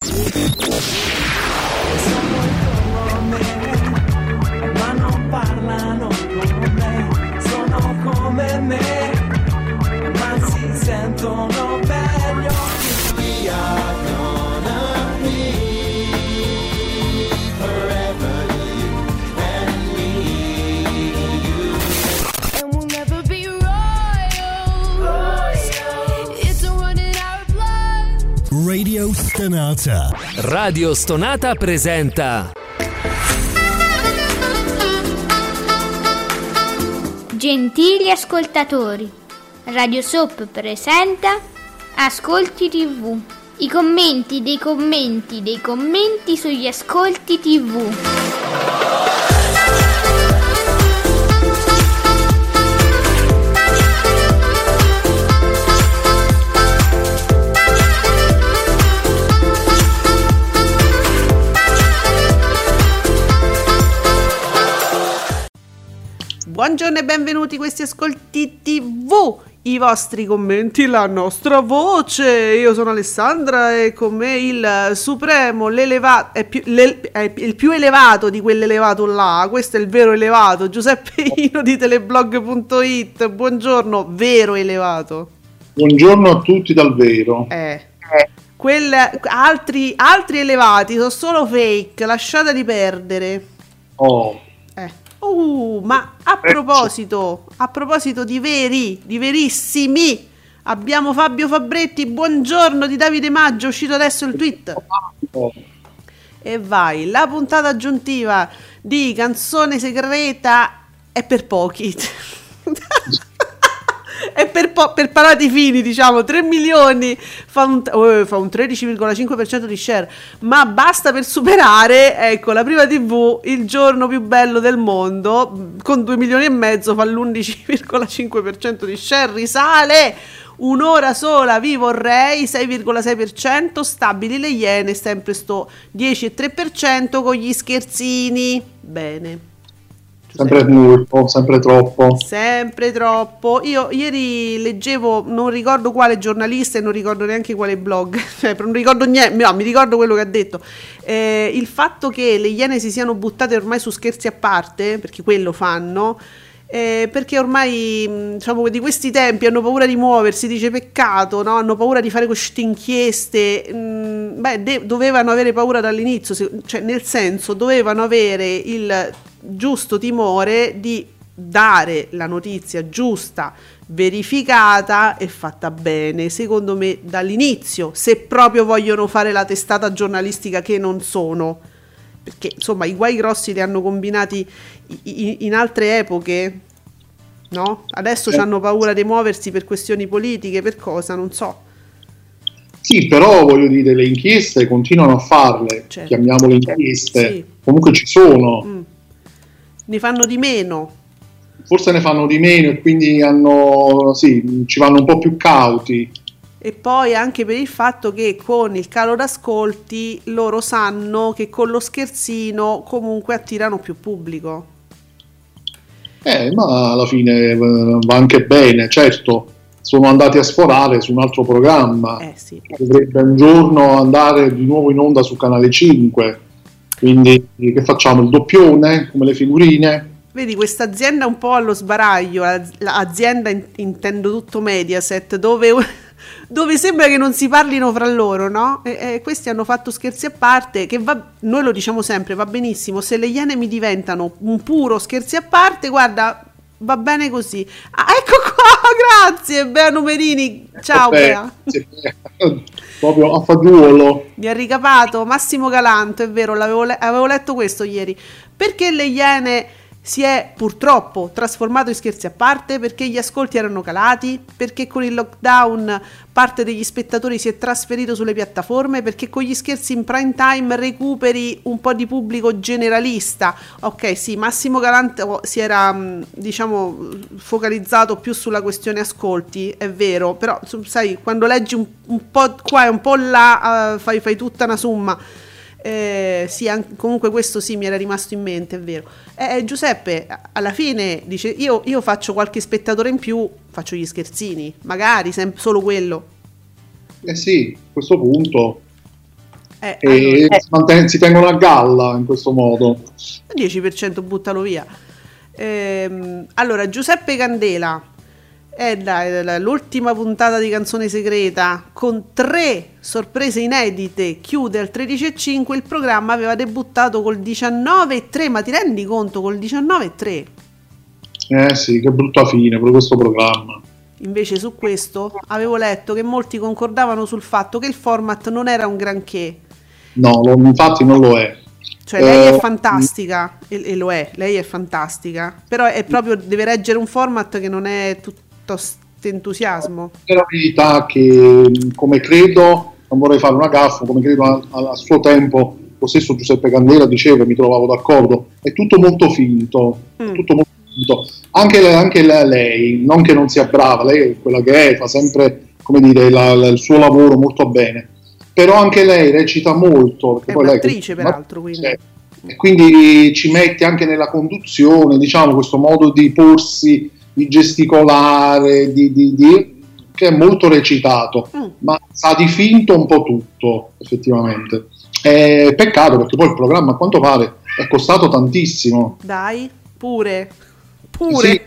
Ma non parlano come me, sono come me, ma si sentono meglio. We are gonna be forever, you and me. And we'll never be royals. It's a run in our blood. Radio Stonata. Radio Stonata presenta Gentili ascoltatori, Radio Soap presenta Ascolti TV. I commenti dei commenti dei commenti sugli ascolti TV. Buongiorno e benvenuti a questi ascolti TV, i vostri commenti, la nostra voce. Io sono Alessandra e con me il supremo, l'elevato, il più elevato di quell'elevato là. Questo è il vero elevato, Giuseppe Ino di teleblog.it. Buongiorno, vero elevato. Buongiorno a tutti dal vero. Altri elevati sono solo fake, lasciateli perdere. Ma a proposito di verissimi, abbiamo Fabio Fabretti, buongiorno, di Davide Maggio, è uscito adesso il tweet. E vai, la puntata aggiuntiva di Canzone Segreta è per pochi. E per parati fini, diciamo, 3 milioni fa un 13,5% di share, ma basta per superare, ecco, la prima TV, Il giorno più bello del mondo, con 2 milioni e mezzo fa l'11,5% di share, risale un'ora sola, vi vorrei, 6,6%, stabili le Iene, sempre sto 10,3% con gli scherzini, bene. Sempre molto, sempre troppo. Sempre troppo. Io ieri leggevo, non ricordo quale giornalista e non ricordo neanche quale blog, cioè non ricordo niente, no, mi ricordo quello che ha detto. Il fatto che le Iene si siano buttate ormai su Scherzi a parte, perché quello fanno, perché ormai, diciamo, di questi tempi hanno paura di muoversi, dice peccato, no? Hanno paura di fare queste inchieste. Dovevano avere paura dall'inizio, cioè nel senso dovevano avere il giusto timore di dare la notizia giusta, verificata e fatta bene, secondo me dall'inizio, se proprio vogliono fare la testata giornalistica che non sono, perché insomma i guai grossi li hanno combinati in altre epoche, no? Adesso hanno paura di muoversi per questioni politiche, per cosa, non so. Sì, però voglio dire, le inchieste continuano a farle, certo. Chiamiamole inchieste, sì. Comunque ci sono. Ne fanno di meno. Forse ne fanno di meno e quindi ci vanno un po' più cauti. E poi anche per il fatto che con il calo d'ascolti loro sanno che con lo scherzino comunque attirano più pubblico. Ma alla fine va anche bene, certo. Sono andati a sforare su un altro programma. Sì. Dovrebbe un giorno andare di nuovo in onda su Canale 5. Quindi che facciamo? Il doppione come le figurine? Vedi, questa azienda un po' allo sbaraglio, l'azienda intendo tutto Mediaset, dove sembra che non si parlino fra loro, no? E questi hanno fatto Scherzi a parte, che noi lo diciamo sempre, va benissimo, se le Iene mi diventano un puro Scherzi a parte, guarda, va bene così. Ecco qua, grazie, Bea Numerini, ciao Bea. Proprio a fagiolo. Mi ha ricapato Massimo Galanto, è vero, avevo letto questo ieri. Perché le Iene si è purtroppo trasformato in Scherzi a parte? Perché gli ascolti erano calati? Perché con il lockdown parte degli spettatori si è trasferito sulle piattaforme? Perché con gli scherzi in prime time recuperi un po' di pubblico generalista? Ok, sì, Massimo Galanto si era, diciamo, focalizzato più sulla questione ascolti, è vero, però sai, quando leggi un po' qua e un po' là, fai tutta una somma. Sì, comunque questo sì mi era rimasto in mente, è vero. Giuseppe alla fine dice io faccio qualche spettatore in più, faccio gli scherzini, magari solo quello. Sì, a questo punto e si tengono a galla in questo modo. 10% buttalo via. Allora, Giuseppe Candela è l'ultima puntata di Canzone Segreta con 3 sorprese inedite, chiude al 13.5. Il programma aveva debuttato col 19.3, ma ti rendi conto, col 19.3? Sì, che brutta fine per questo programma. Invece su questo avevo letto che molti concordavano sul fatto che il format non era un granché. No, infatti non lo è. Cioè lei è fantastica, e lo è, lei è fantastica, però è proprio, deve reggere un format che non è tutto entusiasmo. È la verità che, come credo, non vorrei fare una gaffa, come credo a suo tempo lo stesso Giuseppe Candela diceva, mi trovavo d'accordo, è tutto molto finto, tutto molto finto. Anche lei, non che non sia brava, lei è quella che è, fa sempre, come dire, il suo lavoro molto bene, però anche lei recita molto, perché è poi un'attrice lei, peraltro, quindi. E quindi ci mette anche nella conduzione, diciamo, questo modo di porsi, di gesticolare, che è molto recitato, ma sa di finto un po' tutto, effettivamente. Peccato, perché poi il programma, a quanto pare, è costato tantissimo. Dai, pure. Sì,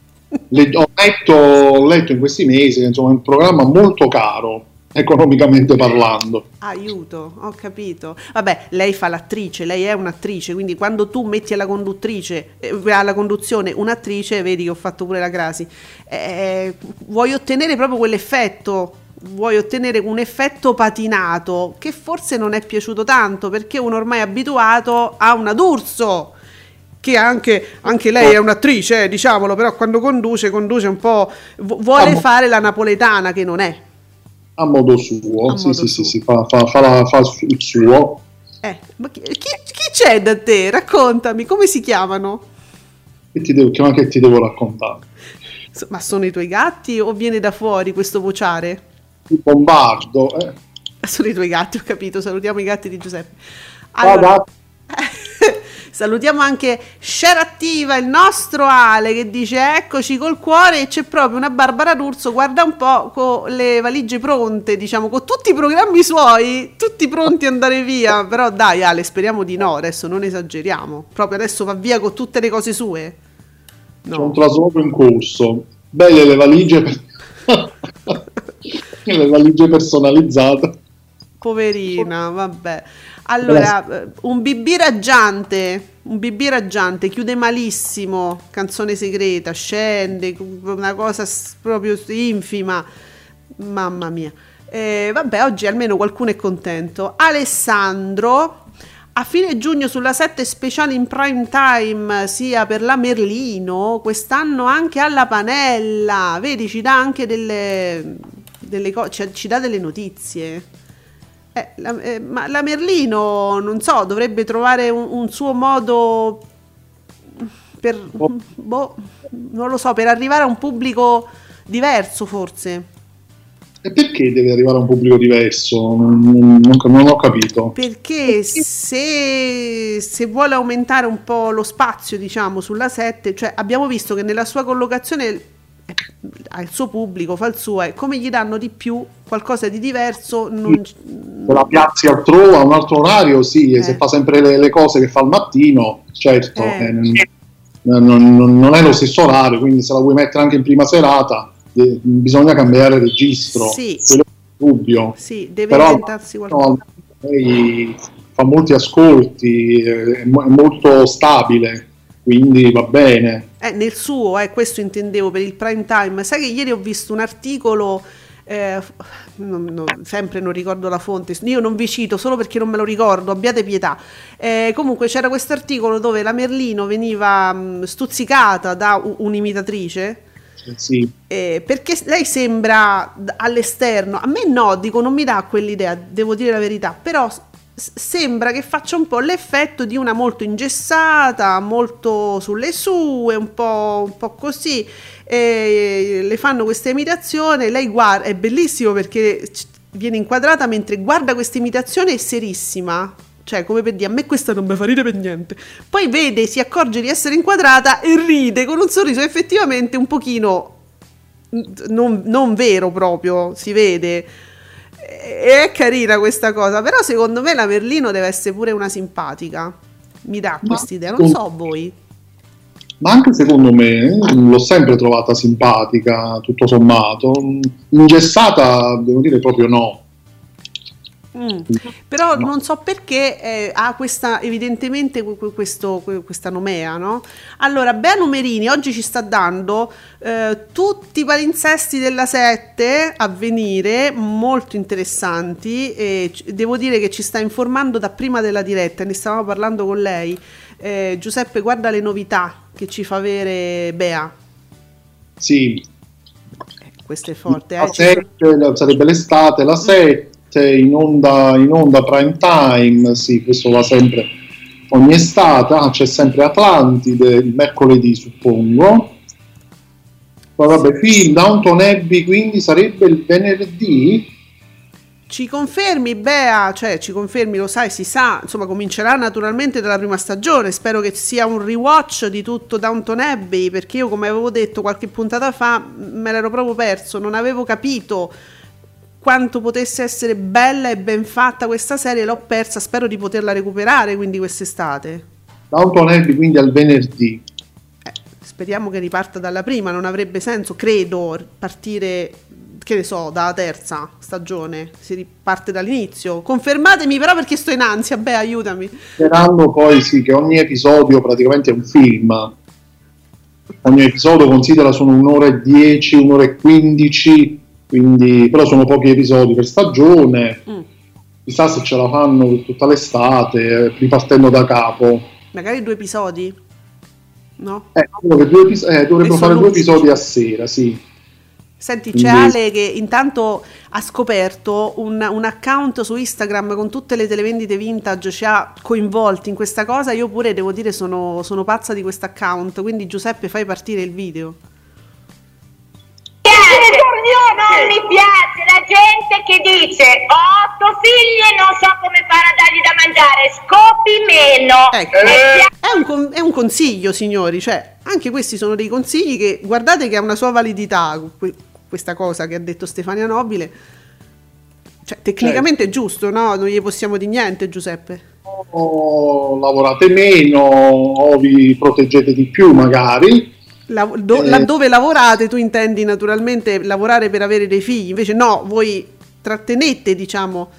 ho letto in questi mesi che insomma è un programma molto caro, economicamente parlando. Aiuto, ho capito. Vabbè, lei fa l'attrice, lei è un'attrice, quindi quando tu metti alla conduzione un'attrice, vedi che ho fatto pure la crasi, vuoi ottenere proprio quell'effetto, vuoi ottenere un effetto patinato che forse non è piaciuto tanto, perché uno ormai è abituato a una D'Urso, che anche lei è un'attrice, diciamolo, però quando conduce un po', vuole fare la napoletana, che non è. A modo suo, sì, fa il suo. Ma chi c'è da te? Raccontami, come si chiamano? Che ti devo raccontare? Ma sono i tuoi gatti o viene da fuori questo vociare? Il bombardo. Sono i tuoi gatti, ho capito, salutiamo i gatti di Giuseppe. Allora, salutiamo anche Share Attiva, il nostro Ale, che dice eccoci col cuore, e c'è proprio una Barbara D'Urso, guarda un po', con le valigie pronte, diciamo, con tutti i programmi suoi, tutti pronti ad andare via. Però dai Ale, speriamo di no, adesso non esageriamo, proprio adesso va via con tutte le cose sue. No. C'è un trasloco in corso, belle le valigie le valigie personalizzate. Poverina, vabbè. Allora, un BB raggiante, chiude malissimo, Canzone Segreta, scende, una cosa proprio infima, mamma mia. Vabbè, oggi almeno qualcuno è contento. Alessandro, a fine giugno sulla 7 speciale in prime time, sia per la Merlino, quest'anno anche alla Panella, vedi, ci dà anche delle cose, ci dà delle notizie. Ma la Merlino, non so, dovrebbe trovare un suo modo per, non lo so, per arrivare a un pubblico diverso, forse. E perché deve arrivare a un pubblico diverso? Non ho capito. Perché se vuole aumentare un po' lo spazio, diciamo, sulla 7, cioè abbiamo visto che nella sua collocazione ha il suo pubblico, fa il suo, e come gli danno di più qualcosa di diverso, se la piazzi altrove a un altro orario, sì, se fa sempre le cose che fa al mattino, certo, non è lo stesso orario, quindi se la vuoi mettere anche in prima serata bisogna cambiare registro, sì, quello è dubbio. Sì, deve inventarsi qualcosa. Lei fa molti ascolti, è molto stabile, quindi va bene. Nel suo, questo intendevo per il prime time. Sai che ieri ho visto un articolo, sempre non ricordo la fonte, io non vi cito solo perché non me lo ricordo, abbiate pietà. Comunque c'era questo articolo dove la Merlino veniva stuzzicata da un'imitatrice. Sì. Perché lei sembra all'esterno, a me no, dico, non mi dà quell'idea, devo dire la verità, però sembra che faccia un po' l'effetto di una molto ingessata, molto sulle sue, un po' così, le fanno questa imitazione, lei guarda, è bellissimo perché viene inquadrata mentre guarda questa imitazione, è serissima, cioè come per dire, a me questa non mi fa ridere per niente, poi vede, si accorge di essere inquadrata e ride con un sorriso effettivamente un pochino non vero proprio, si vede. è carina questa cosa, però secondo me la Merlino deve essere pure una simpatica. Mi dà quest'idea, non so voi. Ma anche secondo me l'ho sempre trovata simpatica, tutto sommato. Ingessata, devo dire proprio no. Però non so perché ha questa, evidentemente questa nomea, no? Allora, Bea Numerini oggi ci sta dando tutti i palinsesti della 7 a venire, molto interessanti, e devo dire che ci sta informando da prima della diretta, ne stavamo parlando con lei. Giuseppe, guarda le novità che ci fa avere Bea. Sì. Questo è forte. La 7 sarebbe l'estate, la 7 in onda prime time, sì, questo va sempre ogni estate. C'è sempre Atlantide il mercoledì, suppongo. Poi vabbè, film Downton Abbey, quindi sarebbe il venerdì. Ci confermi, Bea? Cioè, ci confermi, lo sai, si sa, insomma, comincerà naturalmente dalla prima stagione. Spero che sia un rewatch di tutto Downton Abbey, perché io, come avevo detto qualche puntata fa, me l'ero proprio perso, non avevo capito quanto potesse essere bella e ben fatta questa serie, l'ho persa, spero di poterla recuperare quindi quest'estate. Downton Abbey quindi al venerdì. Speriamo che riparta dalla prima, non avrebbe senso, credo, partire, che ne so, dalla terza stagione, si riparte dall'inizio. Confermatemi però, perché sto in ansia, beh, aiutami. Sperando poi sì che ogni episodio praticamente è un film. Ogni episodio, considera, sono 1 ora e 10, 1 ora e 15, quindi però sono pochi episodi per stagione. Chissà se ce la fanno per tutta l'estate, ripartendo da capo. Magari 2 episodi? No? Dovrebbero fare 2 episodi a sera, sì. Senti, c'è Ale che intanto ha scoperto un account su Instagram con tutte le televendite vintage, ci ha coinvolti in questa cosa. Io pure devo dire sono pazza di questo account, quindi Giuseppe, fai partire il video. Non mi piace la gente che dice ho 8 figli e non so come fare a dargli da mangiare, scopi meno. Ecco, è un consiglio, signori, cioè anche questi sono dei consigli che guardate che ha una sua validità, questa cosa che ha detto Stefania Nobile, cioè tecnicamente è giusto, no? Non gli possiamo dire niente, Giuseppe. Lavorate meno o vi proteggete di più magari. Laddove lavorate, tu intendi naturalmente lavorare per avere dei figli, invece no, voi trattenete, diciamo,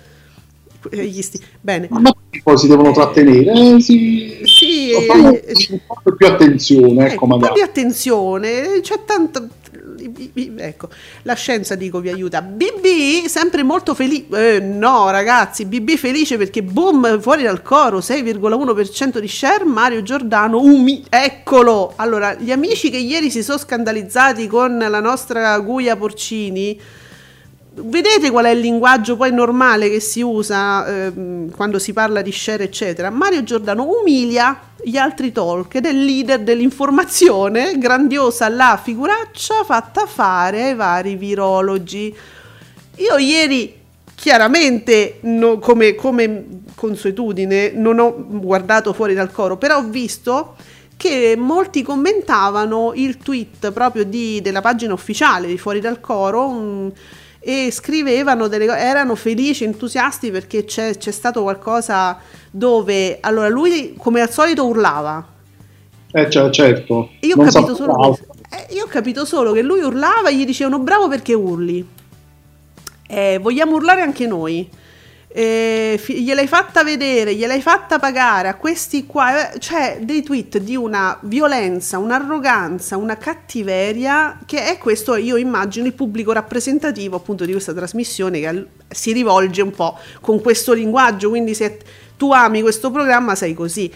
bene. Ma poi si devono trattenere, sì, un po' più attenzione, ecco, magari. Un po' di attenzione, c'è tanto, ecco, la scienza, dico, vi aiuta. BB sempre molto felice, no ragazzi, BB felice perché boom, fuori dal coro, 6,1% di share, Mario Giordano, eccolo. Allora, gli amici che ieri si sono scandalizzati con la nostra Guia Porcini, vedete qual è il linguaggio poi normale che si usa quando si parla di share eccetera. Mario Giordano umilia gli altri talk ed è il leader dell'informazione, grandiosa la figuraccia fatta fare ai vari virologi. Io ieri chiaramente come consuetudine non ho guardato fuori dal coro, però ho visto che molti commentavano il tweet proprio della pagina ufficiale di Fuori dal Coro, e scrivevano erano felici, entusiasti perché c'è stato qualcosa dove, allora, lui come al solito urlava, certo, io ho capito solo che lui urlava e gli dicevano bravo perché urli, vogliamo urlare anche noi, gliel'hai fatta vedere, gliel'hai fatta pagare a questi qua, cioè dei tweet di una violenza, un'arroganza, una cattiveria, che è questo, io immagino, il pubblico rappresentativo appunto di questa trasmissione che si rivolge un po' con questo linguaggio, quindi se tu ami questo programma sei così.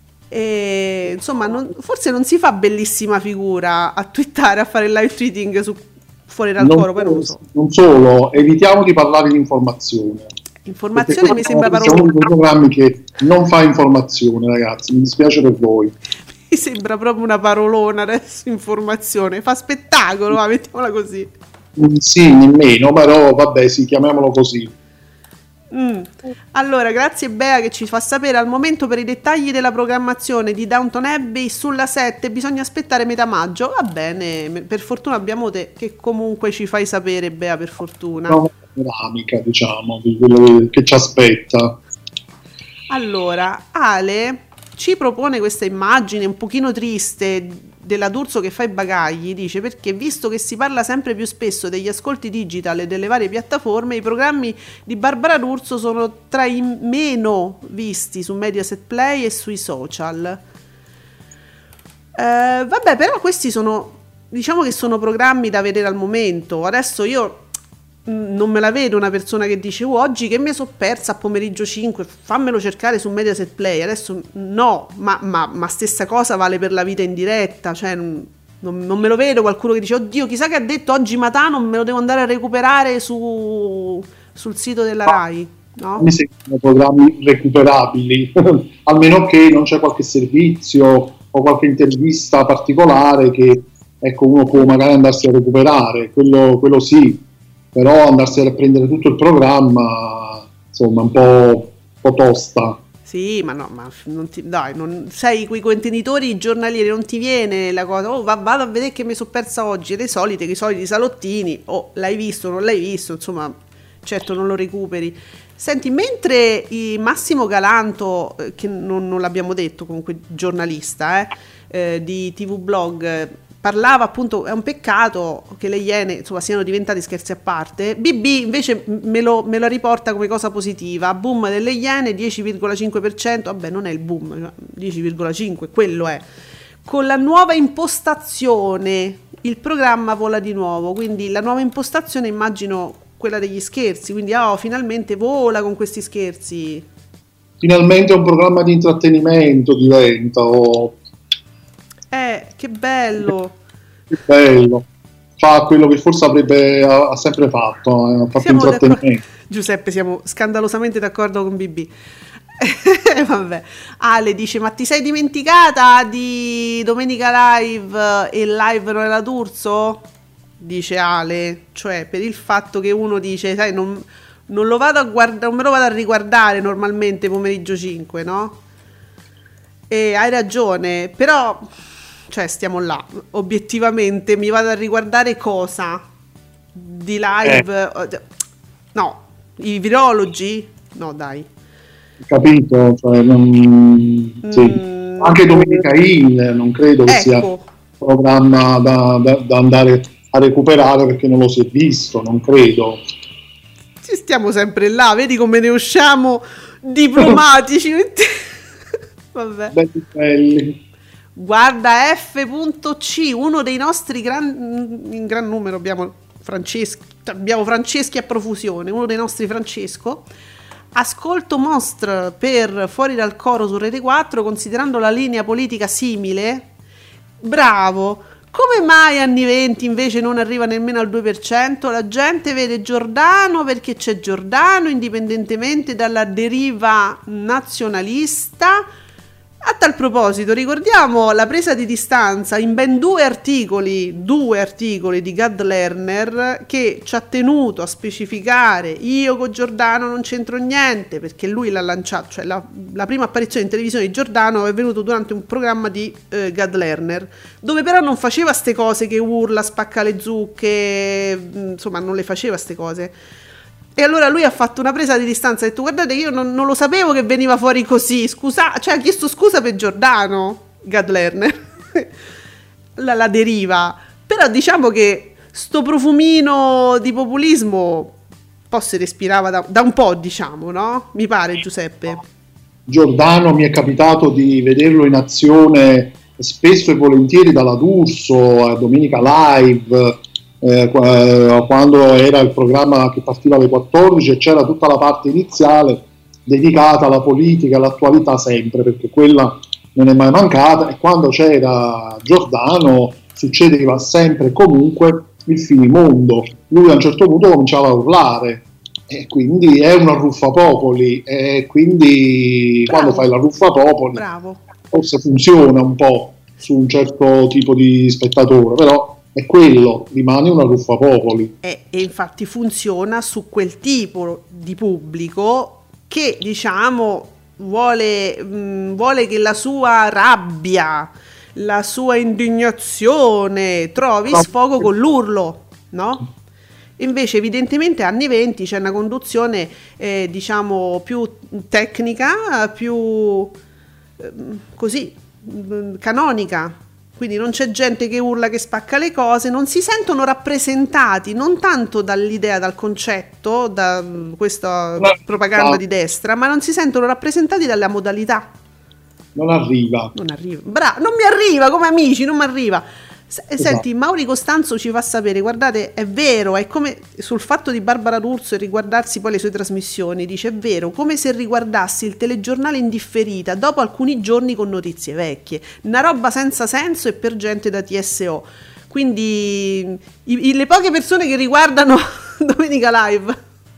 Insomma, forse non si fa bellissima figura a twittare, a fare il live tweeting su Fuori dal Coro, poi non lo so. Non solo, evitiamo di parlare di informazione. Informazione mi sembra parola. Siamo uno dei programmi che non fa informazione, ragazzi, mi dispiace per voi. Mi sembra proprio una parolona adesso, informazione, fa spettacolo, mettiamola così. Sì, nemmeno, però vabbè, sì, chiamiamolo così. Allora, grazie Bea che ci fa sapere. Al momento per i dettagli della programmazione di Downton Abbey sulla 7 bisogna aspettare metà maggio. Va bene, per fortuna abbiamo te che comunque ci fai sapere, Bea, per fortuna. No, panoramica, diciamo, di quello che ci aspetta. Allora, Ale ci propone questa immagine un pochino triste della D'Urso che fa i bagagli, dice perché visto che si parla sempre più spesso degli ascolti digital e delle varie piattaforme, i programmi di Barbara D'Urso sono tra i meno visti su Mediaset Play e sui social. Vabbè, però questi sono, diciamo che sono programmi da vedere al momento. Adesso io non me la vedo una persona che dice oggi che mi sono persa a pomeriggio 5, fammelo cercare su Mediaset Play. Adesso no, ma stessa cosa vale per la vita in diretta, cioè non me lo vedo qualcuno che dice oddio chissà che ha detto oggi Matano, me lo devo andare a recuperare sul sito della Rai, no? Mi sembrano programmi recuperabili almeno che non c'è qualche servizio o qualche intervista particolare che ecco uno può magari andarsi a recuperare, quello sì. Però andarsi a prendere tutto il programma, insomma, un po' tosta. Sì, ma no, ma non sei quei contenitori giornalieri, non ti viene la cosa, vado a vedere che mi sono persa oggi, i soliti salottini, l'hai visto, non l'hai visto, insomma, certo non lo recuperi. Senti, mentre Massimo Galanto, che non l'abbiamo detto, comunque giornalista di TV Blog, parlava appunto, è un peccato che le Iene insomma siano diventate scherzi a parte. BB invece me lo riporta come cosa positiva, boom delle Iene 10,5%, vabbè non è il boom, 10,5 quello è. Con la nuova impostazione il programma vola di nuovo, quindi la nuova impostazione immagino quella degli scherzi, quindi finalmente vola con questi scherzi. Finalmente un programma di intrattenimento diventa, che bello. Che bello. Fa quello che forse ha sempre fatto, ha fatto intrattenimento. Giuseppe, siamo scandalosamente d'accordo con BB. Vabbè. Ale dice ma ti sei dimenticata di Domenica Live e Live non era D'Urso? Dice Ale, cioè per il fatto che uno dice sai non lo vado a guardare, non me lo vado a riguardare normalmente pomeriggio 5, no? E hai ragione, però cioè stiamo là, obiettivamente mi vado a riguardare cosa? Di live? No, i virologi? No dai. Capito? Cioè, sì. Anche Domenica In non credo che sia un programma da andare a recuperare perché non lo si è visto, non credo. Ci stiamo sempre là, vedi come ne usciamo diplomatici. Vabbè. Belli. Guarda F.C, uno dei nostri in gran numero abbiamo Franceschi a profusione, uno dei nostri Francesco. Ascolto Mostre per Fuori dal coro su Rete 4, considerando la linea politica simile. Bravo. Come mai anni 20 invece non arriva nemmeno al 2%? La gente vede Giordano perché c'è Giordano, indipendentemente dalla deriva nazionalista. A tal proposito, ricordiamo la presa di distanza in ben due articoli di Gad Lerner, che ci ha tenuto a specificare io con Giordano non c'entro niente, perché lui l'ha lanciato, cioè la prima apparizione in televisione di Giordano è venuto durante un programma di Gad Lerner, dove però non faceva ste cose che urla, spacca le zucche, insomma non le faceva ste cose. E allora lui ha fatto una presa di distanza, ha detto guardate io non lo sapevo che veniva fuori così, scusa, cioè ha chiesto scusa per Giordano, Gad Lerner, la deriva, però diciamo che sto profumino di populismo un po' si respirava da un po', diciamo, no? Mi pare, Giuseppe. Giordano mi è capitato di vederlo in azione spesso e volentieri dalla D'Urso a Domenica Live, quando era il programma che partiva alle 14 e c'era tutta la parte iniziale dedicata alla politica, all'attualità sempre, perché quella non è mai mancata, e quando c'era Giordano succedeva sempre e comunque il finimondo. Lui a un certo punto cominciava a urlare e quindi è un arruffapopoli, e quindi quando fai l'arruffapopoli forse funziona un po' su un certo tipo di spettatore, però è quello, rimane una ruffapopoli. E infatti funziona su quel tipo di pubblico che, diciamo, vuole che la sua rabbia, la sua indignazione trovi sfogo con l'urlo, no? Invece evidentemente anni 20 c'è una conduzione diciamo più tecnica, più così canonica, quindi non c'è gente che urla, che spacca le cose, non si sentono rappresentati non tanto dall'idea, dal concetto, da questa propaganda di destra, ma non si sentono rappresentati dalla modalità. Non arriva. Non mi arriva, come amici, non mi arriva. Senti, Mauri Costanzo ci fa sapere, guardate, è vero, è come sul fatto di Barbara D'Urso e riguardarsi poi le sue trasmissioni, dice: è vero, come se riguardassi il telegiornale in differita dopo alcuni giorni con notizie vecchie, una roba senza senso e per gente da TSO. Quindi le poche persone che riguardano Domenica Live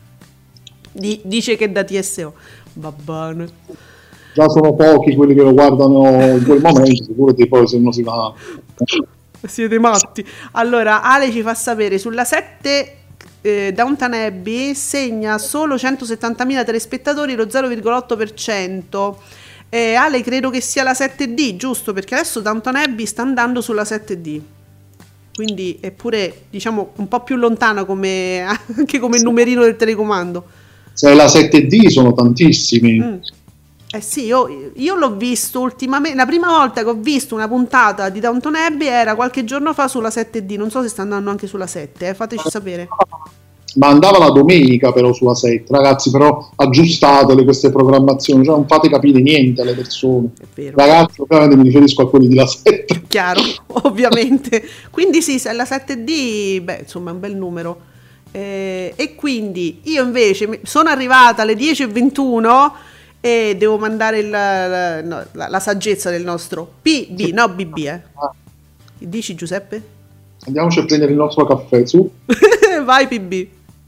dice che è da TSO, va bene. Già sono pochi quelli che lo guardano in quel momento, figurati poi se non si va. Siete matti. Allora, Ale ci fa sapere sulla 7 Downton Abbey segna solo 170.000 telespettatori, lo 0,8%. Ale, credo che sia la 7D, giusto? Perché adesso Downton Abbey sta andando sulla 7D. Quindi è pure, diciamo, un po' più lontana come anche come il numerino del telecomando. Se è la 7D sono tantissimi. Sì, io l'ho visto ultimamente, la prima volta che ho visto una puntata di Downton Abbey era qualche giorno fa sulla 7D, non so se sta andando anche sulla 7, fateci sapere. Ma andava la domenica però sulla 7, ragazzi, però aggiustatele queste programmazioni, cioè non fate capire niente alle persone. È vero. Ragazzi, ovviamente mi riferisco a quelli di la 7. Chiaro, ovviamente. Quindi sì, se è la 7D, beh, insomma è un bel numero. E quindi io invece sono arrivata alle 10:21 e devo mandare la saggezza del nostro PB, no BB, Dici, Giuseppe? Andiamoci a prendere il nostro caffè, su. Vai PB.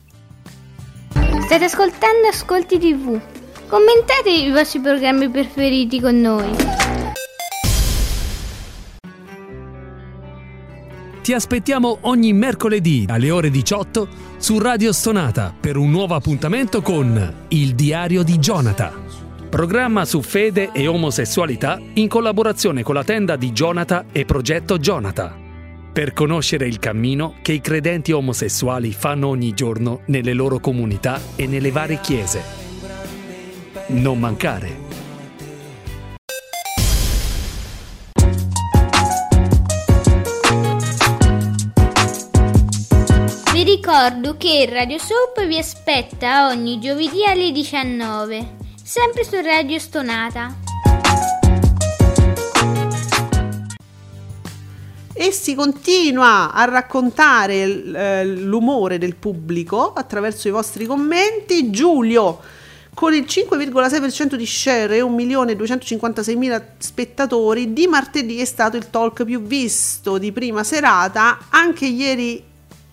State ascoltando Ascolti TV. Commentate i vostri programmi preferiti con noi. Ti aspettiamo ogni mercoledì alle ore 18 su Radio Stonata per un nuovo appuntamento con Il Diario di Jonathan, programma su fede e omosessualità in collaborazione con la tenda di Jonathan e Progetto Jonathan, per conoscere il cammino che i credenti omosessuali fanno ogni giorno nelle loro comunità e nelle varie chiese. Non mancare! Vi ricordo che Radio Soap vi aspetta ogni giovedì alle 19, sempre su Radio Stonata. E si continua a raccontare l'umore del pubblico attraverso i vostri commenti. Giulio, con il 5,6% di share e 1.256.000 spettatori, di martedì è stato il talk più visto di prima serata, anche ieri,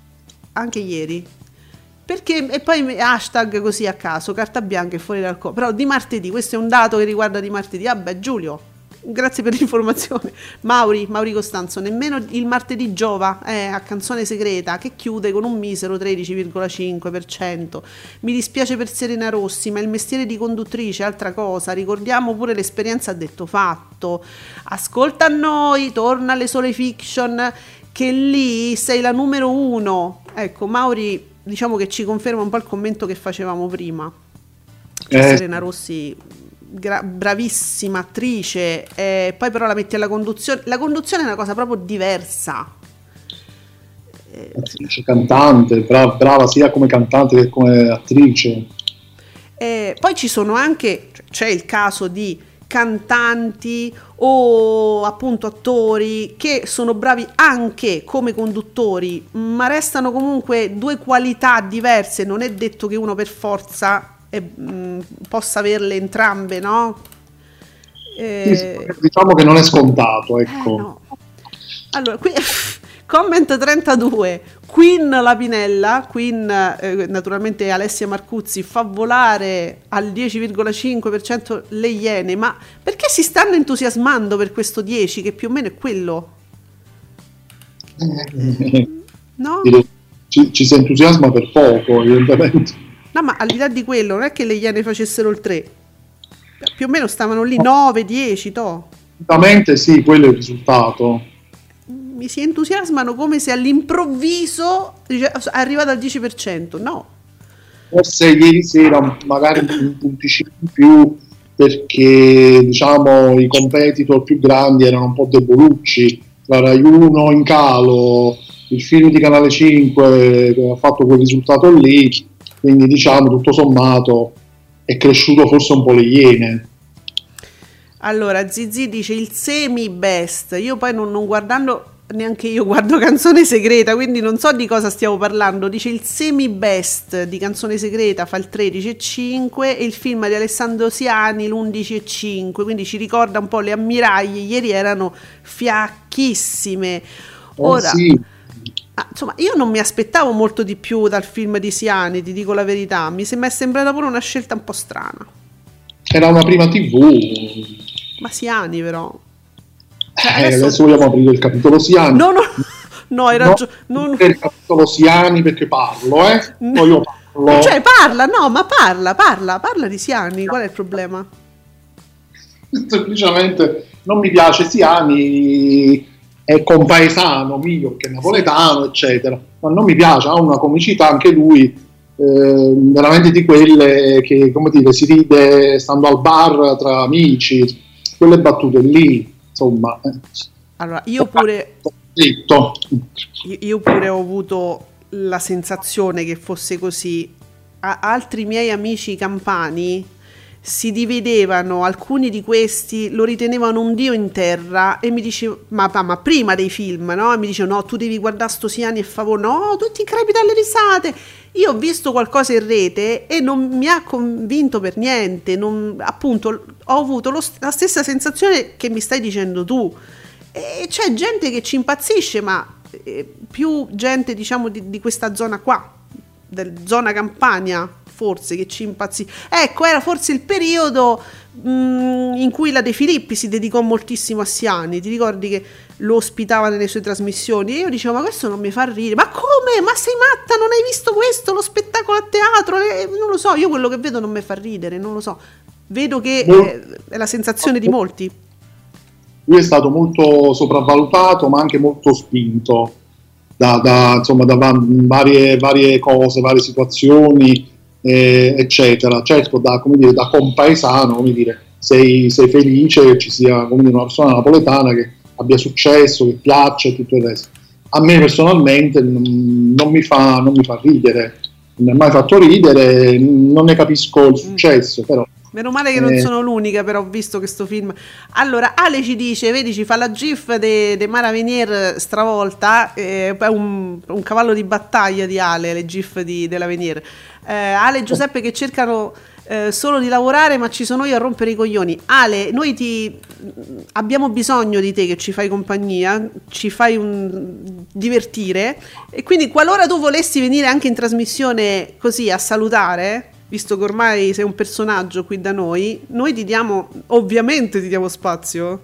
perché, e poi hashtag così a caso, carta bianca e fuori dal però di martedì, questo è un dato che riguarda di martedì. Vabbè, Giulio, grazie per l'informazione. Mauri Costanzo, nemmeno il martedì giova, a Canzone Segreta, che chiude con un misero 13,5%. Mi dispiace per Serena Rossi, ma il mestiere di conduttrice è altra cosa. Ricordiamo pure l'esperienza a detto fatto. Ascolta a noi, torna alle sole fiction, che lì sei la numero 1. Ecco, Mauri, diciamo che ci conferma un po' il commento che facevamo prima. Serena Rossi, bravissima attrice, poi però la metti alla conduzione. La conduzione è una cosa proprio diversa. Attrice, cantante, brava sia come cantante che come attrice. Poi ci sono anche, c'è il caso di cantanti o appunto attori che sono bravi anche come conduttori, ma restano comunque due qualità diverse. Non è detto che uno per forza possa averle entrambe, no? Diciamo che non è scontato, ecco. No. Allora, qui comment 32, Queen Lapinella, Queen naturalmente Alessia Marcuzzi, fa volare al 10,5% le Iene. Ma perché si stanno entusiasmando per questo 10, che più o meno è quello? No? Ci si entusiasma per poco, evidentemente. No, ma al di là di quello, non è che le Iene facessero il 3, più o meno stavano lì 9, 10, to. Esattamente sì, quello è il risultato. mi si entusiasmano come se all'improvviso è arrivato al 10%. No. Forse ieri sera magari un punticino in più, perché diciamo i competitor più grandi erano un po' debolucci, la Rai 1 in calo, il film di Canale 5 che ha fatto quel risultato lì, quindi diciamo tutto sommato è cresciuto forse un po' le Iene. Allora Zizi dice il semi-best, io poi non guardando, neanche io guardo Canzone Segreta, quindi non so di cosa stiamo parlando. Dice il semi-best di Canzone Segreta fa il 13,5 e il film di Alessandro Siani l'11,5, quindi ci ricorda un po' le ammiraglie, ieri erano fiacchissime. Ora, Sì. insomma, io non mi aspettavo molto di più dal film di Siani, ti dico la verità, mi è sembrata pure una scelta un po' strana. Era una prima TV. Ma Siani però... Adesso vogliamo aprire il capitolo Siani. No, hai ragione. Non il capitolo Siani perché parlo, Poi io parlo. Cioè parla di Siani, qual è il problema? Semplicemente non mi piace Siani, è compaesano mio, che è napoletano, eccetera, ma non mi piace, ha una comicità anche lui, veramente di quelle che, come dire, si ride stando al bar tra amici, quelle battute lì, insomma. Allora, io pure ho avuto la sensazione che fosse così. Altri miei amici campani si dividevano, alcuni di questi lo ritenevano un dio in terra e mi dicevano, ma prima dei film, no? E mi dicevano, no, tu devi guardare sto Siani e favore, no, tutti increpi dalle risate. Io ho visto qualcosa in rete e non mi ha convinto per niente, appunto ho avuto la stessa sensazione che mi stai dicendo tu. E c'è gente che ci impazzisce, ma più gente, diciamo, di questa zona qua, zona Campania, forse, che ci impazzisce. Ecco, era forse il periodo in cui la De Filippi si dedicò moltissimo a Siani. Ti ricordi che lo ospitava nelle sue trasmissioni? E io dicevo, ma questo non mi fa ridere. Ma come? Ma sei matta? Non hai visto questo? Lo spettacolo a teatro? Non lo so, io quello che vedo non mi fa ridere, non lo so. Vedo che è la sensazione di molti. Lui è stato molto sopravvalutato, ma anche molto spinto da varie cose, varie situazioni, eccetera. Certo, da compaesano, come dire, sei felice che ci sia, come dire, una persona napoletana che abbia successo, che piaccia e tutto il resto. A me personalmente non mi fa ridere, non mi ha mai fatto ridere, non ne capisco il successo, però. Meno male che non sono l'unica, però ho visto questo film. Allora, Ale ci dice, vedi, ci fa la gif de Mara Venier stravolta, è un cavallo di battaglia di Ale, le gif della Venier. Ale e Giuseppe che cercano solo di lavorare, ma ci sono io a rompere i coglioni. Ale, noi abbiamo bisogno di te che ci fai compagnia, ci fai divertire, e quindi qualora tu volessi venire anche in trasmissione così a salutare, visto che ormai sei un personaggio qui da noi ovviamente ti diamo spazio.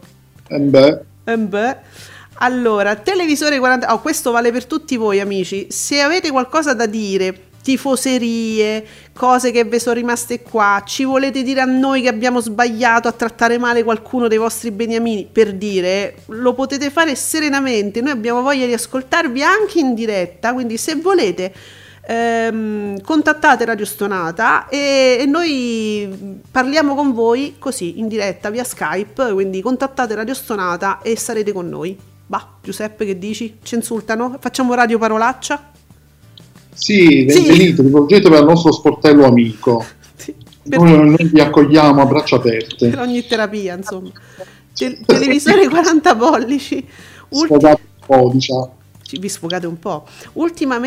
Allora, televisore 40, questo vale per tutti voi amici, se avete qualcosa da dire, tifoserie, cose che vi sono rimaste qua, ci volete dire a noi che abbiamo sbagliato a trattare male qualcuno dei vostri beniamini, per dire, lo potete fare serenamente, noi abbiamo voglia di ascoltarvi anche in diretta, quindi se volete contattate Radio Stonata e noi parliamo con voi così in diretta via Skype, quindi contattate Radio Stonata e sarete con noi. Giuseppe, che dici? Ci insultano? Facciamo radio parolaccia? Sì, venite, rivolgetevi al nostro sportello amico. Sì, noi vi accogliamo a braccia aperte. Per ogni terapia, insomma. Televisore 40 pollici. Sfogate un po', diciamo. Vi sfogate un po'. Ultima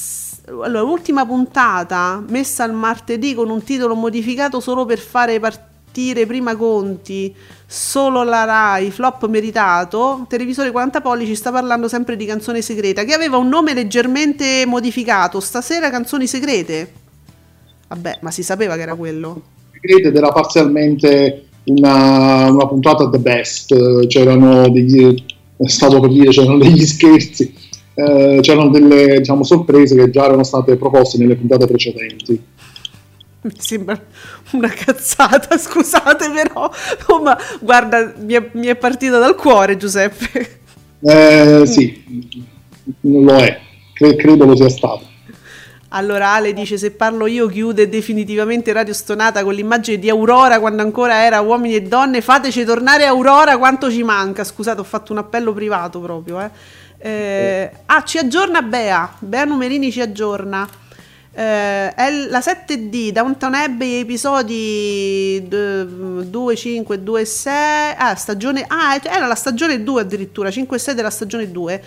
puntata messa al martedì con un titolo modificato solo per fare partire prima Conti, solo la Rai, flop meritato. Televisore 40 pollici sta parlando sempre di Canzone Segreta, che aveva un nome leggermente modificato, stasera Canzoni Segrete. Vabbè, ma si sapeva che era quello. Ed era parzialmente una puntata The Best, c'erano degli scherzi, c'erano delle, diciamo, sorprese che già erano state proposte nelle puntate precedenti. Mi sembra una cazzata, scusate, però ma guarda, mi è partita dal cuore, Giuseppe. Sì, lo è, credo lo sia stato. Allora Ale dice: se parlo io chiude definitivamente Radio Stonata con l'immagine di Aurora quando ancora era Uomini e Donne. Fateci tornare Aurora, quanto ci manca. Scusate, ho fatto un appello privato proprio. Ci aggiorna Bea Numerini, ci aggiorna. È la 7D Downton Abbey, episodi 2, 5, 2 e 6. Stagione era la stagione 2 addirittura, 5 e 6 della stagione 2.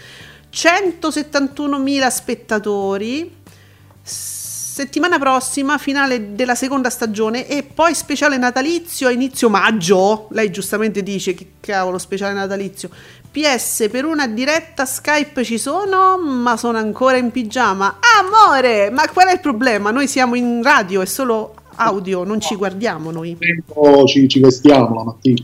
171.000 spettatori. Settimana prossima finale della seconda stagione e poi speciale natalizio a inizio maggio. Lei giustamente dice: che cavolo, speciale natalizio. PS, per una diretta Skype ci sono, ma sono ancora in pigiama. Amore, ma qual è il problema? Noi siamo in radio, è solo audio, non ci guardiamo noi. Ci vestiamo la mattina.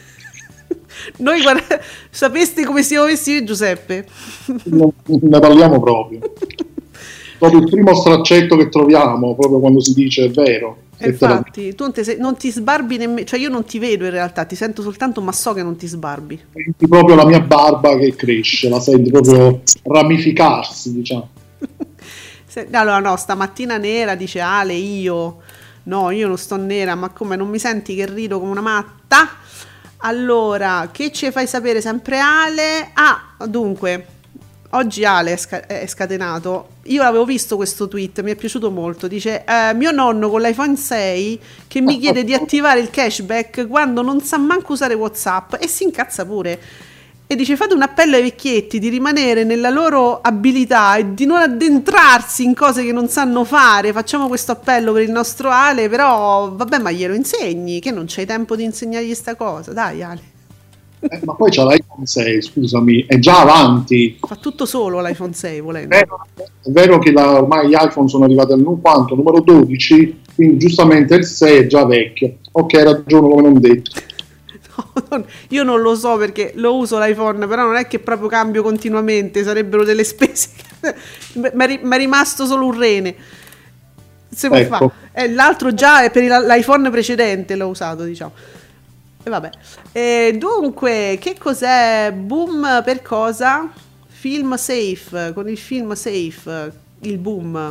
Noi sapeste come siamo vestiti, Giuseppe? Ne parliamo proprio. Proprio il primo straccetto che troviamo, proprio quando si dice è vero. Infatti, tu non ti sbarbi nemmeno, cioè io non ti vedo in realtà, ti sento soltanto, ma so che non ti sbarbi. Senti proprio la mia barba che cresce, la senti proprio ramificarsi, diciamo. Allora no, stamattina nera, dice Ale, io non sto nera, ma come, non mi senti che rido come una matta? Allora, che ci fai sapere sempre Ale? Dunque, oggi Ale è scatenato. Io l'avevo visto questo tweet, mi è piaciuto molto. Dice: mio nonno con l'iPhone 6 che mi chiede di attivare il cashback quando non sa manco usare WhatsApp, e si incazza pure. E dice: fate un appello ai vecchietti di rimanere nella loro abilità e di non addentrarsi in cose che non sanno fare. Facciamo questo appello per il nostro Ale, però vabbè, ma glielo insegni, che non c'hai tempo di insegnargli sta cosa, dai Ale. Ma poi c'ha l'iPhone 6, scusami, è già avanti. Fa tutto solo l'iPhone 6, volendo. È vero che ormai gli iPhone sono arrivati al numero 12, quindi giustamente il 6 è già vecchio. Ok, hai ragione, come non detto. No, io non lo so perché lo uso l'iPhone, però non è che proprio cambio continuamente, sarebbero delle spese. Mi è rimasto solo un rene. Se può Ecco. fare. L'altro già è per l'iPhone precedente, l'ho usato, diciamo. E vabbè. Dunque, che cos'è? Boom per cosa? Film Safe, con il film Safe, il boom.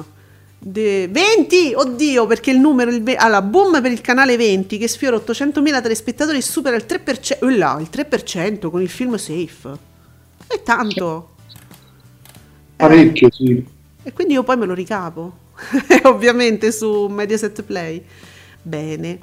20! Oddio, perché il numero... Allora, boom per il canale 20, che sfiora 800.000 telespettatori e supera il 3%. Il 3% con il film Safe. È tanto. Parecchio, sì. E quindi io poi me lo ricapo. Ovviamente su Mediaset Play. Bene.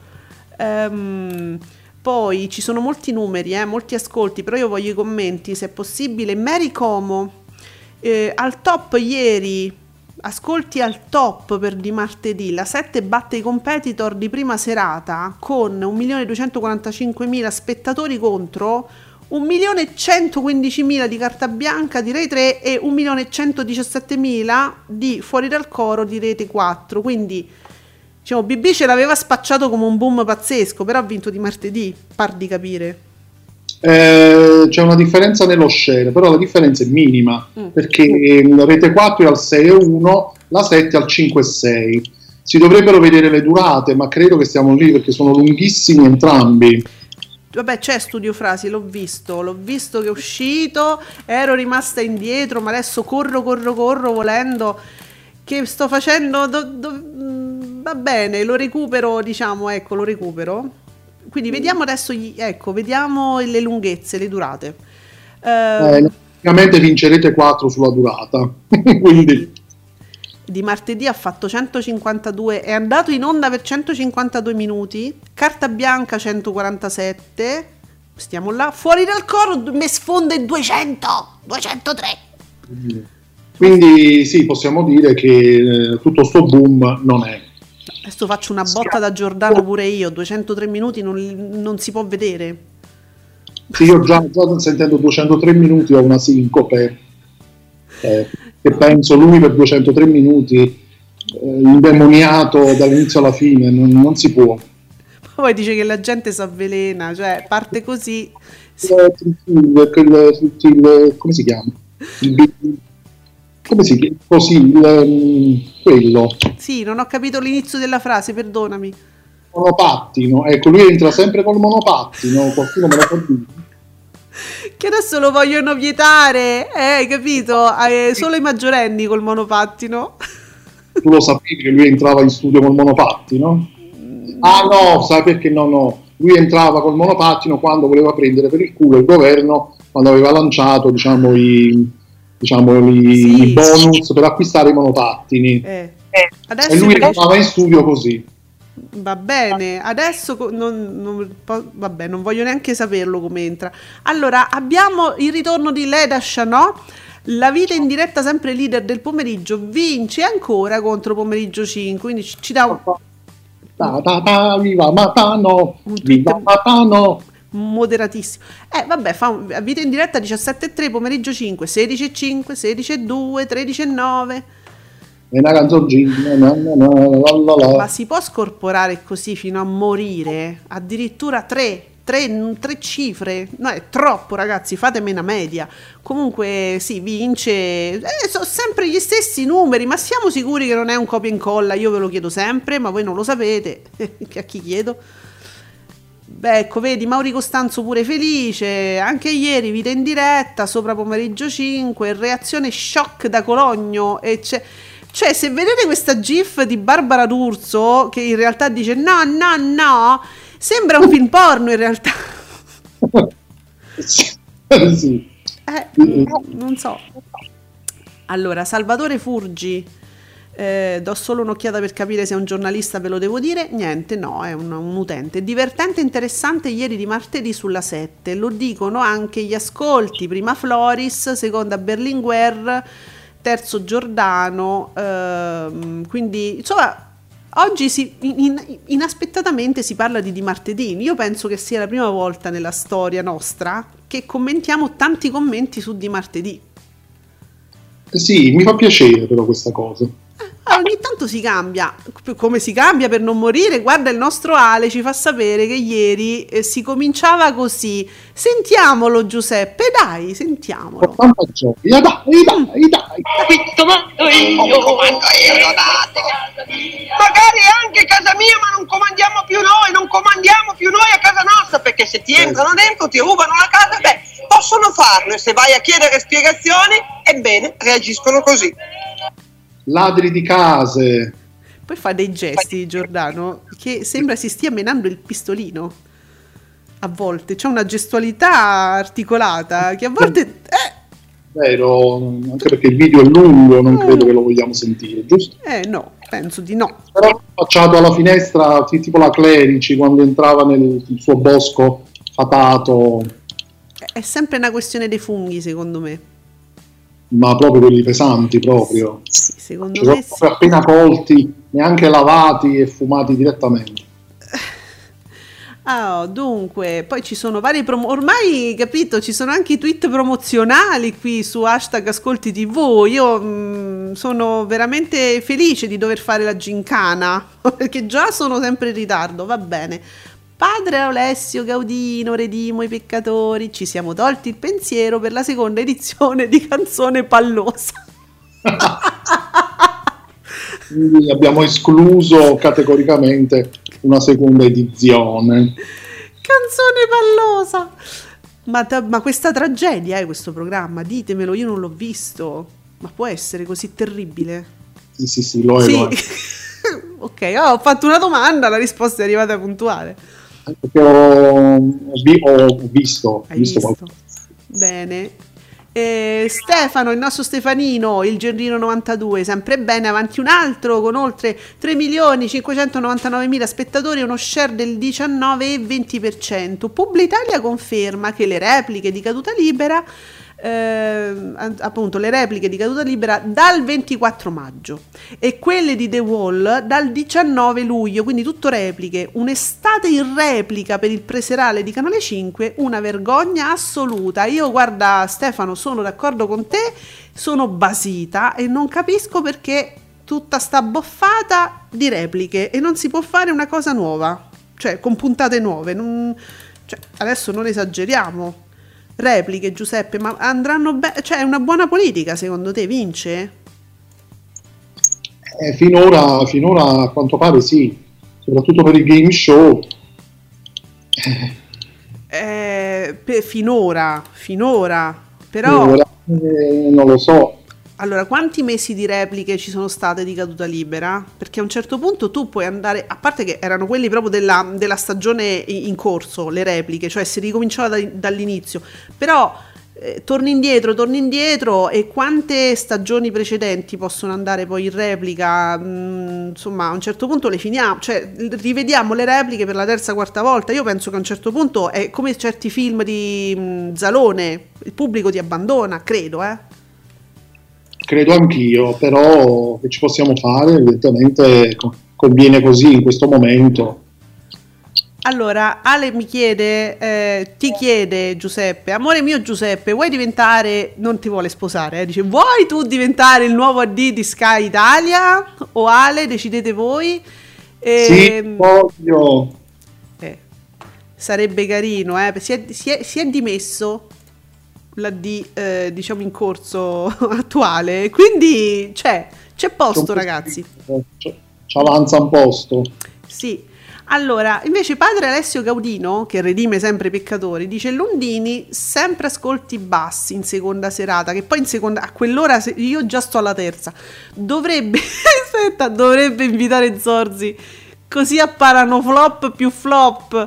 Poi ci sono molti numeri, molti ascolti, però io voglio i commenti, se è possibile. Mary Como, al top ieri, ascolti al top per di martedì, la 7 batte i competitor di prima serata con 1.245.000 spettatori contro 1.115.000 di Carta Bianca di Rai 3 e 1.117.000 di Fuori dal Coro di Rete 4, quindi... Diciamo, BB ce l'aveva spacciato come un boom pazzesco, però ha vinto di martedì, par di capire. C'è una differenza nello share, però la differenza è minima, perché la Rete 4 è al 6,1, la 7 al 5,6. Si dovrebbero vedere le durate, ma credo che stiamo lì perché sono lunghissimi entrambi. Vabbè, c'è Studio Frasi, l'ho visto che è uscito, ero rimasta indietro, ma adesso corro volendo... Che sto facendo, va bene, lo recupero, diciamo, ecco, lo recupero. Quindi vediamo adesso, vediamo le lunghezze, le durate. Praticamente vincerete 4 sulla durata, quindi... Di martedì ha fatto 152, è andato in onda per 152 minuti, Carta Bianca 147, stiamo là, Fuori dal Coro mi sfonde 203. Quindi sì, possiamo dire che tutto sto boom non è. Adesso faccio una botta da Giordano pure io, 203 minuti non si può vedere. Sì, io già sentendo 203 minuti ho una sincope, che penso lui per 203 minuti indemoniato dall'inizio alla fine, non si può. Poi dice che la gente si avvelena, cioè parte così. Come si chiama? Come si chiama? Così, quello. Sì, non ho capito l'inizio della frase, perdonami. Monopattino, ecco, lui entra sempre col monopattino, qualcuno me lo può dire. Che adesso lo vogliono vietare, hai capito? Solo i maggiorenni col monopattino. Tu lo sapevi che lui entrava in studio col monopattino? Ah no, sai perché no. Lui entrava col monopattino quando voleva prendere per il culo il governo, quando aveva lanciato, diciamo, i bonus per acquistare i monopattini. Adesso e lui entrava in studio così. Va bene, adesso vabbè, non voglio neanche saperlo come entra. Allora, abbiamo il ritorno di Leda Chanot. La vita in diretta, sempre leader del pomeriggio, vince ancora contro pomeriggio 5, quindi ci dà viva Matano, viva Matano. Moderatissimo. Vabbè, fa vita in diretta 17.3, pomeriggio 5, 16.5, 16.2, 13.9. È una canzoncina. Ma si può scorporare così fino a morire? Addirittura tre cifre? No, è troppo, ragazzi, fatemi una media. Comunque sì, vince. Sono sempre gli stessi numeri, ma siamo sicuri che non è un copia e incolla? Io ve lo chiedo sempre, ma voi non lo sapete. A chi chiedo? Beh, ecco, vedi, Mauri Costanzo pure felice, anche ieri vita in diretta, sopra pomeriggio 5, reazione shock da Cologno, e cioè, se vedete questa gif di Barbara D'Urso, che in realtà dice no, sembra un film porno in realtà. Sì. Non so. Allora, Salvatore Furgi, do solo un'occhiata per capire se è un giornalista, ve lo devo dire. Niente, no, è un utente. Divertente e interessante ieri di martedì sulla 7, lo dicono anche gli ascolti, prima Floris, seconda Berlinguer, terzo Giordano, quindi insomma oggi inaspettatamente si parla di martedì. Io penso che sia la prima volta nella storia nostra che commentiamo tanti commenti su di martedì. Sì, mi fa piacere però questa cosa. Ogni tanto si cambia, come si cambia per non morire. Guarda, il nostro Ale ci fa sapere che ieri si cominciava così. Sentiamolo Giuseppe, dai, sentiamolo. Dai. Comando io, magari anche casa mia, ma non comandiamo più noi a casa nostra, perché se ti entrano dentro, ti rubano la casa, possono farlo, e se vai a chiedere spiegazioni, ebbene, reagiscono così. Ladri di case. Poi fa dei gesti Giordano che sembra si stia menando il pistolino. A volte c'è una gestualità articolata che a volte vero, anche perché il video è lungo, non credo che lo vogliamo sentire, giusto? No, penso di no. Però affacciato alla finestra, tipo la Clerici quando entrava nel suo bosco fatato. È sempre una questione dei funghi, secondo me. Ma proprio quelli pesanti, proprio. Sì, secondo me sì. Appena colti, neanche lavati e fumati direttamente. Dunque, poi ci sono vari ormai, capito, ci sono anche i tweet promozionali qui su #Ascolti TV. Io sono veramente felice di dover fare la gincana, perché già sono sempre in ritardo, va bene. Padre Alessio Gaudino, redimo i peccatori, ci siamo tolti il pensiero per la seconda edizione di Canzone Pallosa. Quindi abbiamo escluso categoricamente una seconda edizione. Canzone Pallosa! Ma questa tragedia, questo programma, ditemelo, io non l'ho visto. Ma può essere così terribile? Sì, lo è. Sì. Lo è. Ok, ho fatto una domanda, la risposta è arrivata puntuale. Perché ho visto. Qualcosa. Bene. Stefano, il nostro Stefanino, il Gerrino 92, sempre bene, avanti un altro con oltre 3.599.000 spettatori e uno share del 19,20%. Publitalia conferma che le repliche di caduta libera appunto le repliche di caduta libera dal 24 maggio e quelle di The Wall dal 19 luglio, quindi tutto repliche. Un'estate in replica per il preserale di Canale 5, una vergogna assoluta. Io, guarda Stefano, sono d'accordo con te, sono basita e non capisco perché tutta sta boffata di repliche e non si può fare una cosa nuova, cioè con puntate nuove. Adesso non esageriamo. Repliche, Giuseppe, ma andranno bene? Cioè, è una buona politica, secondo te? Vince? Finora a quanto pare sì, soprattutto per i game show. Finora, però non lo so. allora quanti mesi di repliche ci sono state di caduta libera? Perché a un certo punto tu puoi andare, a parte che erano quelli proprio della stagione in corso, le repliche, cioè si ricominciava dall'inizio, però torni indietro e quante stagioni precedenti possono andare poi in replica? Insomma, a un certo punto le finiamo, cioè rivediamo le repliche per la terza, quarta volta. Io penso che a un certo punto è come certi film di Zalone, il pubblico ti abbandona, credo, Credo anch'io, però che ci possiamo fare? Evidentemente conviene così in questo momento. Allora, Ale mi chiede, ti chiede Giuseppe, amore mio Giuseppe, vuoi diventare, non ti vuole sposare, dice, vuoi tu diventare il nuovo AD di Sky Italia? O Ale, decidete voi. Sì, voglio. Sarebbe carino, si è dimesso l'AD, diciamo in corso attuale, quindi c'è posto, ragazzi. Ci avanza un posto. Sì. Allora, invece padre Alessio Gaudino, che redime sempre i peccatori, dice Lundini sempre ascolti bassi in seconda serata, che poi in seconda, a quell'ora io già sto alla terza, dovrebbe invitare Zorzi, così apparano flop più flop.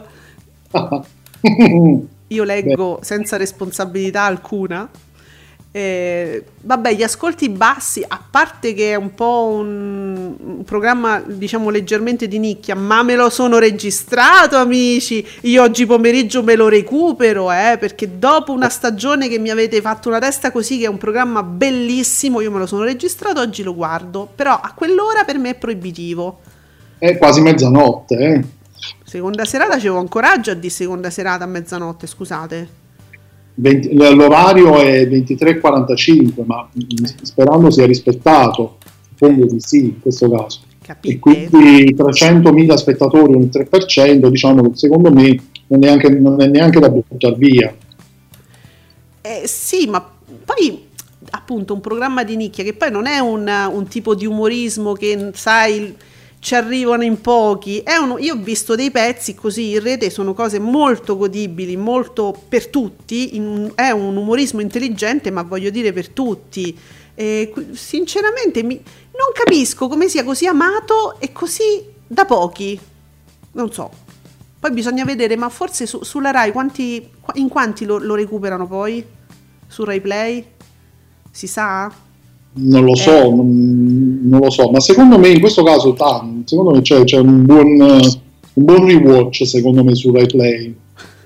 Io leggo senza responsabilità alcuna. Vabbè, gli ascolti bassi, a parte che è un po' un programma diciamo leggermente di nicchia, ma me lo sono registrato, amici. Io oggi pomeriggio me lo recupero, perché dopo una stagione che mi avete fatto una testa così, che è un programma bellissimo, io me lo sono registrato, oggi lo guardo, però a quell'ora per me è proibitivo. È quasi mezzanotte, Seconda serata c'avevo un coraggio a di seconda serata a mezzanotte, scusate. L'orario è 23:45, ma sperando sia rispettato, suppongo di sì in questo caso. Capite? E quindi 300.000 spettatori, un 3%, diciamo che secondo me non è neanche da buttare via. Sì, ma poi appunto un programma di nicchia che poi non è un tipo di umorismo che sai ci arrivano in pochi, io ho visto dei pezzi così in rete, sono cose molto godibili, molto per tutti, è un umorismo intelligente, ma voglio dire per tutti. Sinceramente non capisco come sia così amato e così da pochi, non so, poi bisogna vedere, ma forse sulla Rai in quanti lo recuperano poi? Su Rai Play? Si sa? Non lo so, non lo so, ma secondo me in questo caso secondo me c'è un buon rewatch secondo me su Rai Play.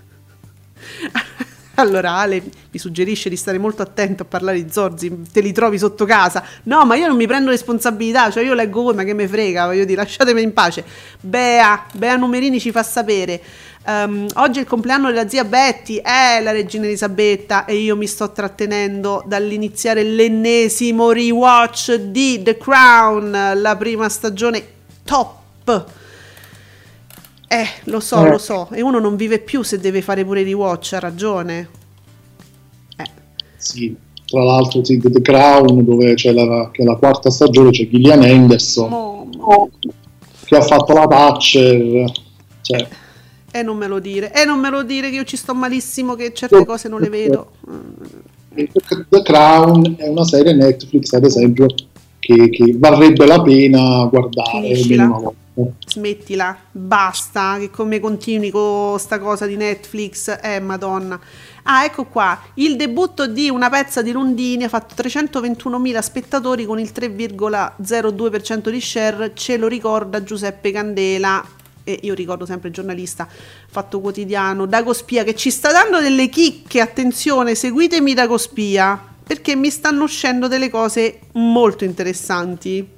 Allora Ale mi suggerisce di stare molto attento a parlare di Zorzi, te li trovi sotto casa. No, ma io non mi prendo responsabilità, cioè io leggo voi, ma che me frega, voglio dire, lasciatemi in pace. Bea Numerini ci fa sapere, oggi è il compleanno della zia Betty, la regina Elisabetta, e io mi sto trattenendo dall'iniziare l'ennesimo rewatch di The Crown, la prima stagione top. Lo so, e uno non vive più se deve fare pure rewatch, ha ragione. Sì, tra l'altro sì, The Crown, dove c'è che è la quarta stagione, c'è Gillian Anderson che ha fatto la Thatcher, cioè. Non me lo dire che io ci sto malissimo, che certe cose non le vedo. The Crown è una serie Netflix, ad esempio, che varrebbe la pena guardare almeno una volta. Smettila, basta, che come continui con sta cosa di Netflix, madonna. Ecco qua, il debutto di Una pezza di Lundini ha fatto 321.000 spettatori con il 3,02% di share, ce lo ricorda Giuseppe Candela, e io ricordo sempre il giornalista Fatto Quotidiano, Dagospia, che ci sta dando delle chicche, attenzione, seguitemi Dagospia, perché mi stanno uscendo delle cose molto interessanti.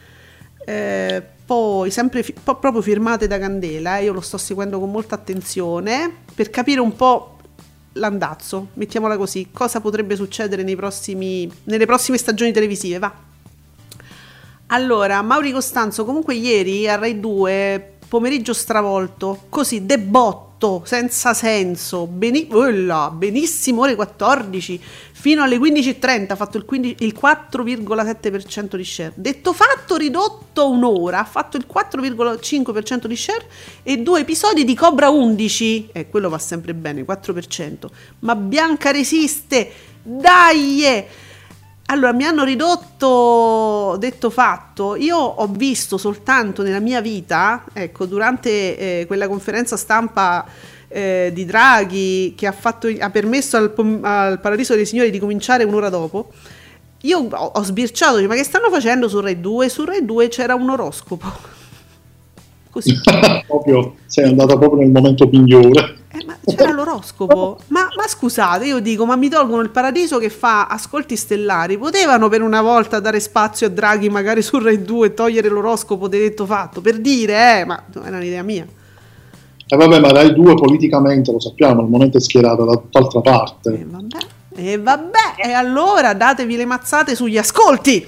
Poi sempre proprio firmate da Candela, io lo sto seguendo con molta attenzione per capire un po' l'andazzo, mettiamola così, cosa potrebbe succedere nelle prossime stagioni televisive, va. Allora, Mauri Costanzo, comunque ieri a Rai 2 pomeriggio stravolto, così de botto ridotto senza senso, benissimo ore 14 fino alle 15:30 ha fatto il 4,7% di share. Detto fatto, ridotto un'ora, ha fatto il 4,5% di share e 2 episodi di Cobra 11, quello va sempre bene, 4%. Ma Bianca resiste, dai! Allora, mi hanno ridotto, detto fatto, io ho visto soltanto nella mia vita, ecco, durante quella conferenza stampa di Draghi che ha permesso al Paradiso dei Signori di cominciare un'ora dopo, io ho sbirciato, ma che stanno facendo su Rai 2? Su Rai 2 c'era un oroscopo. Così. Proprio, sei andata proprio nel momento migliore. Ma c'era l'oroscopo, ma scusate, io dico, ma mi tolgono il Paradiso che fa ascolti stellari, potevano per una volta dare spazio a Draghi magari su Rai 2 e togliere l'oroscopo di Detto Fatto, per dire, ma era un'idea mia. Vabbè, ma Rai 2 politicamente, lo sappiamo, al momento è schierata da tutt'altra parte. E vabbè, e allora datevi le mazzate sugli ascolti.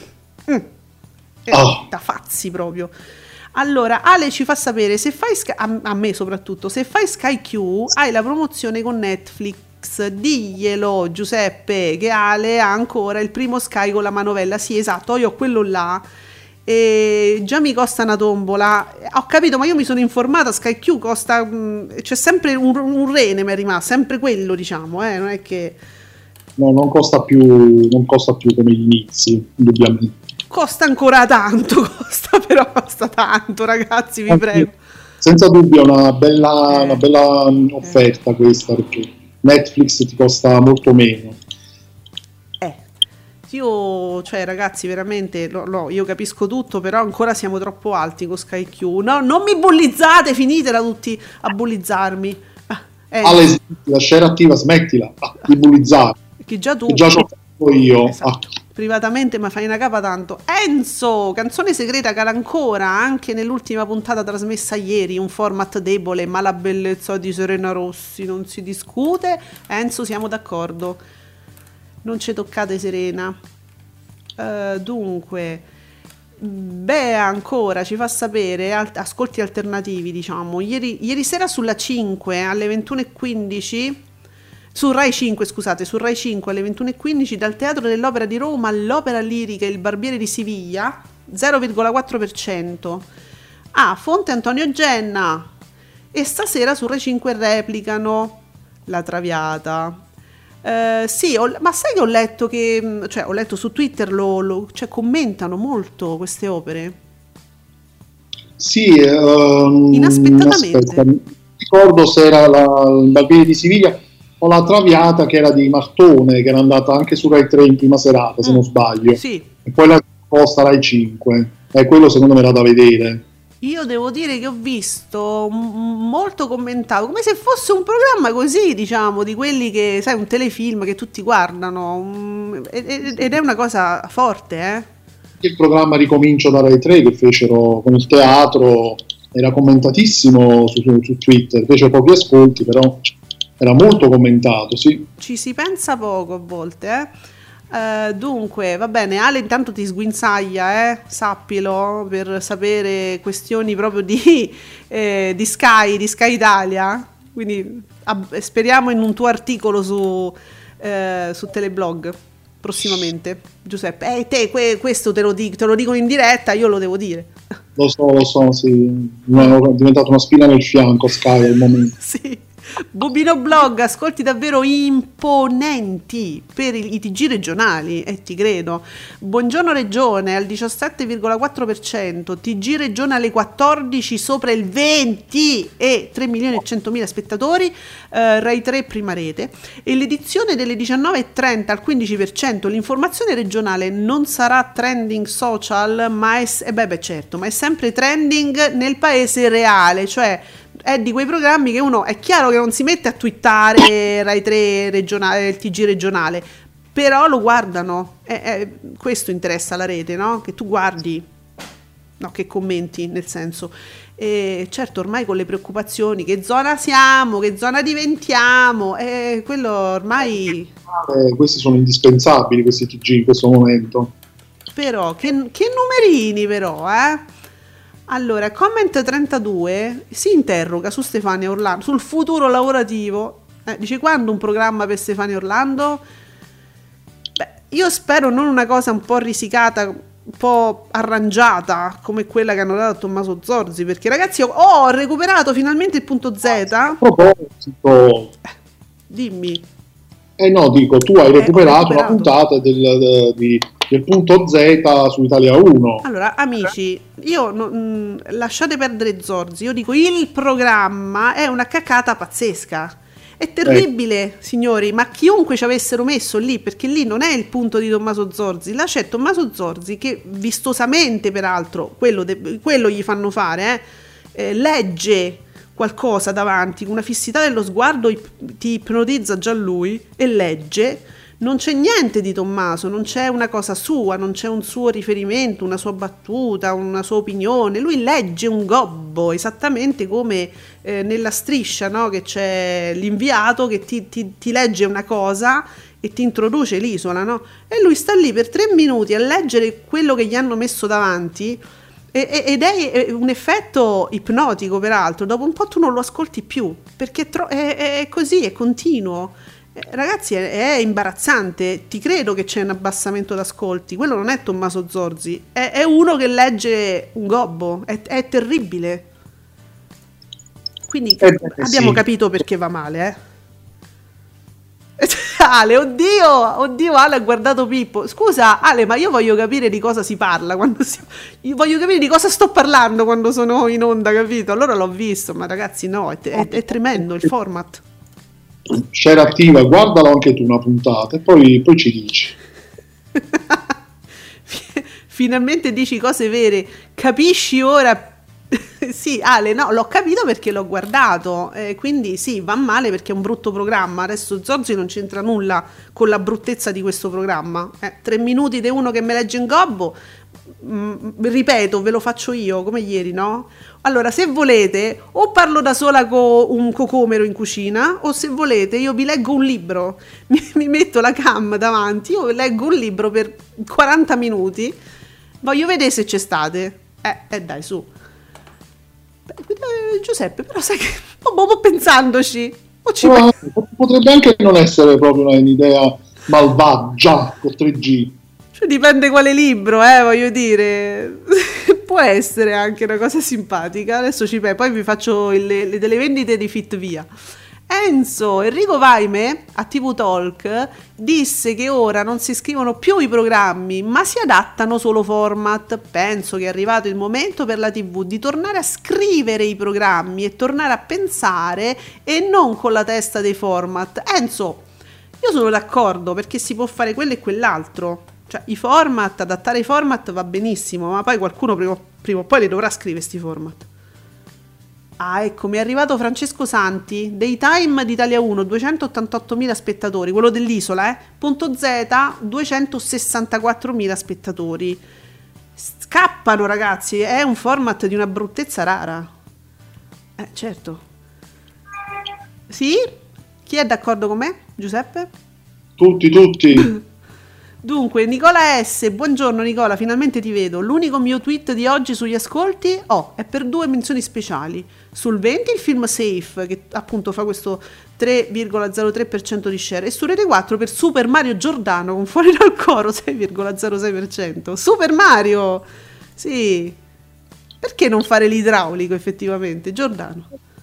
Da fazzi proprio. Allora, Ale ci fa sapere, se fai a me soprattutto, se fai Sky Q hai la promozione con Netflix, diglielo Giuseppe che Ale ha ancora il primo Sky con la manovella. Sì, esatto, io ho quello là e già mi costa una tombola, ho capito, ma io mi sono informata, Sky Q costa, c'è sempre un rene, mi è rimasto sempre quello, diciamo, non è che no, non costa più come gli inizi, indubbiamente. Costa ancora tanto, costa tanto, ragazzi, vi prego. Senza dubbio una bella offerta questa, perché Netflix ti costa molto meno. Io, cioè, ragazzi, veramente, no, io capisco tutto, però ancora siamo troppo alti con Sky Q. No, non mi bullizzate, finitela tutti a bullizzarmi. Ale, la share attiva, smettila di bullizzare. Che già tu. Che già ci ho fatto io. Esatto. Privatamente mi fai una capa tanto. Enzo, canzone segreta cala ancora anche nell'ultima puntata trasmessa ieri, un format debole, ma la bellezza di Serena Rossi non si discute. Enzo, siamo d'accordo, non ci toccate Serena. Dunque Bea ancora ci fa sapere ascolti alternativi, diciamo, ieri sera sulla 5 alle 21:15 su Rai 5, scusate, su Rai 5 alle 21:15 dal Teatro dell'Opera di Roma all'Opera Lirica Il Barbiere di Siviglia, 0,4%. Fonte Antonio Genna. E stasera su Rai 5 replicano La Traviata. Sì, ma sai che ho letto che, cioè ho letto su Twitter cioè commentano molto queste opere? Sì, inaspettatamente. Non ricordo se era il Barbiere di Siviglia o La Traviata, che era di Martone, che era andata anche su Rai 3 in prima serata, se non sbaglio. Sì. E poi la posta Rai 5. E quello secondo me era da vedere. Io devo dire che ho visto molto commentato, come se fosse un programma così, diciamo, di quelli che, sai, un telefilm che tutti guardano, ed è una cosa forte, Il programma Ricomincio da Rai 3 che fecero con il teatro era commentatissimo su Twitter, fece pochi ascolti, però era molto commentato, sì. Ci si pensa poco a volte, dunque, va bene, Ale intanto ti sguinzaglia, sappilo, per sapere questioni proprio di Sky Italia, quindi speriamo in un tuo articolo su Teleblog prossimamente, Giuseppe. Questo te lo dicono in diretta, io lo devo dire. Lo so, sì, è diventato una spina nel fianco Sky al momento. Sì. Bubino Blog, ascolti davvero imponenti per i TG regionali, ti credo. Buongiorno Regione al 17,4%, TG regionale 14 sopra il 20 e 3.100.000 spettatori, Rai 3 prima rete, e l'edizione delle 19:30 al 15%. L'informazione regionale non sarà trending social, ma è sempre trending nel paese reale, cioè è di quei programmi che uno, è chiaro che non si mette a twittare Rai 3 regionale, il TG regionale, però lo guardano, questo interessa la rete, no? Che tu guardi, no, che commenti, nel senso, certo ormai con le preoccupazioni, che zona siamo, che zona diventiamo, quello ormai... Questi sono indispensabili, questi TG in questo momento. Però, che numerini però, Allora, comment 32 si interroga su Stefania Orlando, sul futuro lavorativo. Dice, quando un programma per Stefania Orlando? Beh, io spero non una cosa un po' risicata, un po' arrangiata come quella che hanno dato a Tommaso Zorzi, perché ragazzi ho recuperato finalmente il punto Z. A proposito, Dimmi. no, dico, tu hai recuperato la puntata del punto Z su Italia 1. Allora, amici, io lasciate perdere Zorzi, io dico il programma è una cacata pazzesca. È terribile, signori, ma chiunque ci avessero messo lì, perché lì non è il punto di Tommaso Zorzi, là c'è Tommaso Zorzi che vistosamente, peraltro, quello gli fanno fare, legge qualcosa davanti, una fissità dello sguardo ti ipnotizza già lui e legge. Non c'è niente di Tommaso, non c'è una cosa sua, non c'è un suo riferimento, una sua battuta, una sua opinione. Lui legge un gobbo, esattamente come nella striscia, no? Che c'è l'inviato che ti legge una cosa e ti introduce l'isola, no? E lui sta lì per 3 minuti a leggere quello che gli hanno messo davanti ed è un effetto ipnotico, peraltro. Dopo un po' tu non lo ascolti più, perché è così, è continuo. Ragazzi, è imbarazzante. Ti credo che c'è un abbassamento d'ascolti. Quello non è Tommaso Zorzi, è uno che legge un gobbo. È terribile. Quindi abbiamo capito perché va male, Ale, oddio, Ale ha guardato Pippo. Scusa Ale, ma io voglio capire di cosa si parla io voglio capire di cosa sto parlando quando sono in onda, capito? Allora l'ho visto, ma ragazzi no, è tremendo il format. C'era attiva, guardalo anche tu una puntata e poi ci dici. Finalmente dici cose vere, capisci ora? Sì, Ale, no, l'ho capito perché l'ho guardato, quindi sì, va male perché è un brutto programma. Adesso Zorzi non c'entra nulla con la bruttezza di questo programma. 3 minuti di uno che me legge in gobbo, ripeto, ve lo faccio io come ieri, no? Allora, se volete, o parlo da sola con un cocomero in cucina, o se volete io vi leggo un libro, mi metto la cam davanti, io leggo un libro per 40 minuti, voglio vedere se c'è state. Dai, su. Giuseppe, però sai che un po' pensandoci potrebbe anche non essere proprio un'idea malvagia con 3G. Cioè, dipende quale libro, voglio dire. Può essere anche una cosa simpatica. Adesso poi vi faccio delle vendite di Fit Via. Enrico Vaime a TV Talk disse che ora non si scrivono più i programmi ma si adattano solo format. Penso che è arrivato il momento per la TV di tornare a scrivere i programmi e tornare a pensare e non con la testa dei format. Enzo, io sono d'accordo perché si può fare quello e quell'altro, cioè i format, adattare i format va benissimo, ma poi qualcuno prima o poi li dovrà scrivere sti format. Ecco, mi è arrivato Francesco Santi, Daytime di Italia 1, 288.000 spettatori, quello dell'isola, punto Z, 264.000 spettatori. Scappano, ragazzi, è un format di una bruttezza rara. Certo. Sì? Chi è d'accordo con me? Giuseppe? Tutti. Dunque, Nicola S, buongiorno Nicola, finalmente ti vedo. L'unico mio tweet di oggi sugli ascolti è per 2 menzioni speciali. Sul 20 il film Safe, che appunto fa questo 3,03% di share, e su Rete 4 per Super Mario Giordano con Fuori dal coro 6,06%. Super Mario! Sì. Perché non fare l'idraulico effettivamente, Giordano?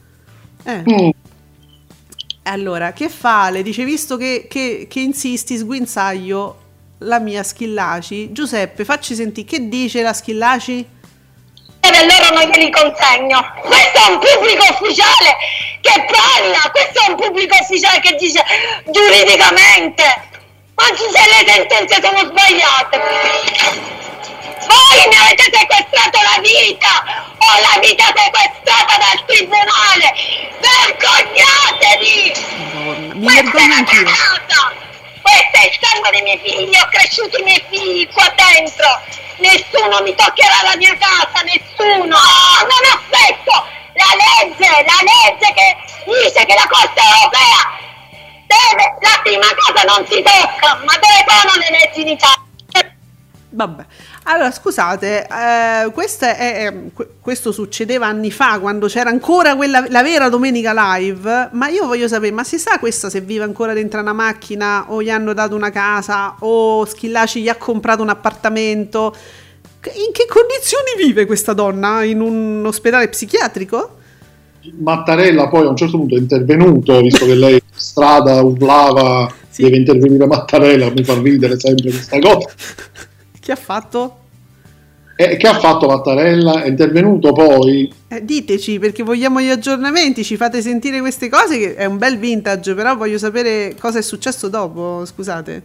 Allora, che fa? Le dice, visto che insisti, sguinzaglio la mia Schillaci. Giuseppe, facci sentire che dice la Schillaci. E allora non glieli consegno. Questo è un pubblico ufficiale che parla, questo è un pubblico ufficiale che dice giuridicamente, anche se le sentenze sono sbagliate. Voi mi avete sequestrato la vita, ho la vita sequestrata dal tribunale, vergognatevi! Mi vergogno anch'io. Questo è il sangue dei miei figli, ho cresciuto i miei figli qua dentro, nessuno mi toccherà la mia casa, nessuno, non aspetto la legge che dice che la Corte Europea la prima cosa non si tocca, ma dove sono le leggi in Italia? Vabbè, allora scusate, questo succedeva anni fa, quando c'era ancora la vera Domenica Live, ma io voglio sapere, ma si sa questa se vive ancora dentro una macchina o gli hanno dato una casa o Schillaci gli ha comprato un appartamento? In che condizioni vive questa donna? In un ospedale psichiatrico? Mattarella poi a un certo punto è intervenuto, visto che lei in strada urlava Sì. deve intervenire Mattarella, mi fa ridere sempre questa cosa. Che ha fatto? Che ha fatto Mattarella? È intervenuto poi? Diteci, perché vogliamo gli aggiornamenti, ci fate sentire queste cose, che è un bel vintage, però voglio sapere cosa è successo dopo, scusate.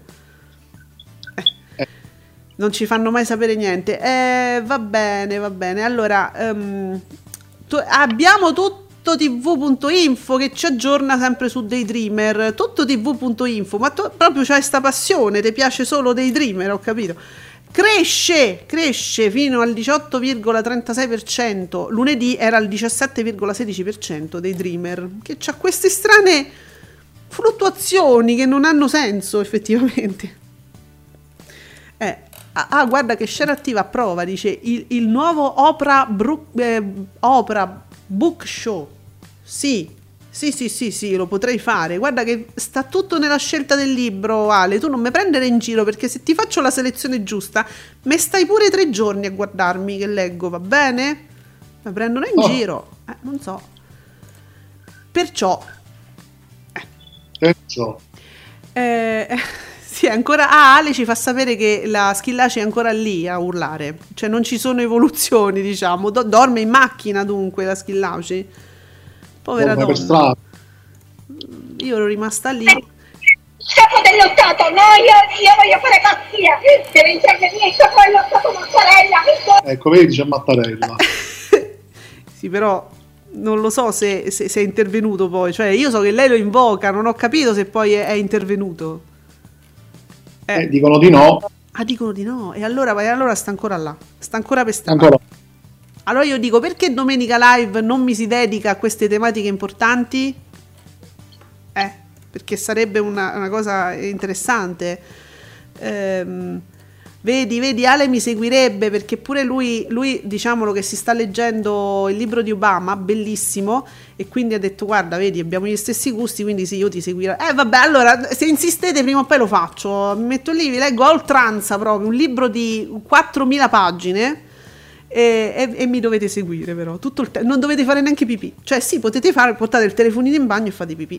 Non ci fanno mai sapere niente. Va bene. Allora, abbiamo tuttotv.info che ci aggiorna sempre su Daydreamer. Tuttotv.info, ma tu proprio c'hai sta passione, ti piace solo Daydreamer, ho capito. Cresce fino al 18,36%. Lunedì era al 17,16% Daydreamer, che c'ha queste strane fluttuazioni che non hanno senso effettivamente. Guarda che share attiva a prova, dice il nuovo Oprah Book Show. Sì, lo potrei fare. Guarda che sta tutto nella scelta del libro, Ale. Tu non mi prendere in giro, perché se ti faccio la selezione giusta, me stai pure 3 giorni a guardarmi che leggo, va bene? Mi prendono in giro. Non so. Perciò. Sì, ancora. Ale ci fa sapere che la Schillaci è ancora lì a urlare, cioè non ci sono evoluzioni, diciamo. Dorme in macchina dunque la Schillaci, povera donna. Per strada. Io ero rimasta lì. Capo dello Stato, no, io voglio fare pazzia, deve intervenire il capo dello Stato Mattarella. Ecco, vedi, c'è Mattarella. Sì, però non lo so se è intervenuto poi, cioè io so che lei lo invoca, non ho capito se poi è intervenuto. Dicono di no. Dicono di no, e allora sta ancora là, sta ancora per strada. Ancora. Allora io dico, perché Domenica Live non mi si dedica a queste tematiche importanti? Perché sarebbe una cosa interessante. Vedi, Ale mi seguirebbe, perché pure lui diciamolo che si sta leggendo il libro di Obama, bellissimo, e quindi ha detto guarda, vedi, abbiamo gli stessi gusti, quindi sì, io ti seguirò. Vabbè, allora se insistete prima o poi lo faccio, mi metto lì, vi leggo a oltranza proprio un libro di 4.000 pagine e mi dovete seguire, però tutto il non dovete fare neanche pipì, cioè sì, potete portate il telefonino in bagno e fate pipì,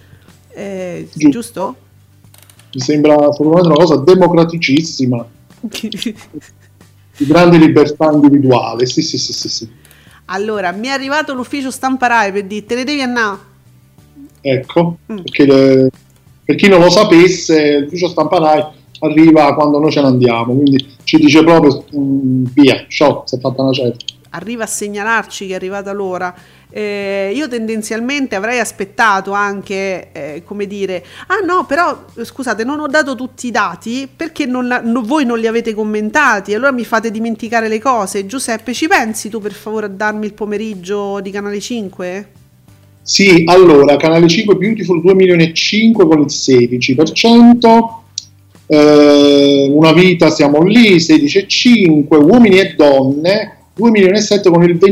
giusto? Mi sembra assolutamente una cosa democraticissima. Di grande libertà individuale, sì. Allora, mi è arrivato l'ufficio stampa Rai per dire te ne devi andare. Ecco, perché per chi non lo sapesse, l'ufficio stampa Rai arriva quando noi ce ne andiamo, quindi ci dice proprio via, ciao, si è fatta una certa. Arriva a segnalarci che è arrivata l'ora. Io tendenzialmente avrei aspettato anche, come dire, no, però scusate, non ho dato tutti i dati perché voi non li avete commentati, allora mi fate dimenticare le cose. Giuseppe, ci pensi tu per favore a darmi il pomeriggio di Canale 5? Sì, allora, Canale 5 Beautiful 2 milioni e 5 con il 16%, Una vita siamo lì 16,5%, Uomini e donne 2 milioni e 7 con il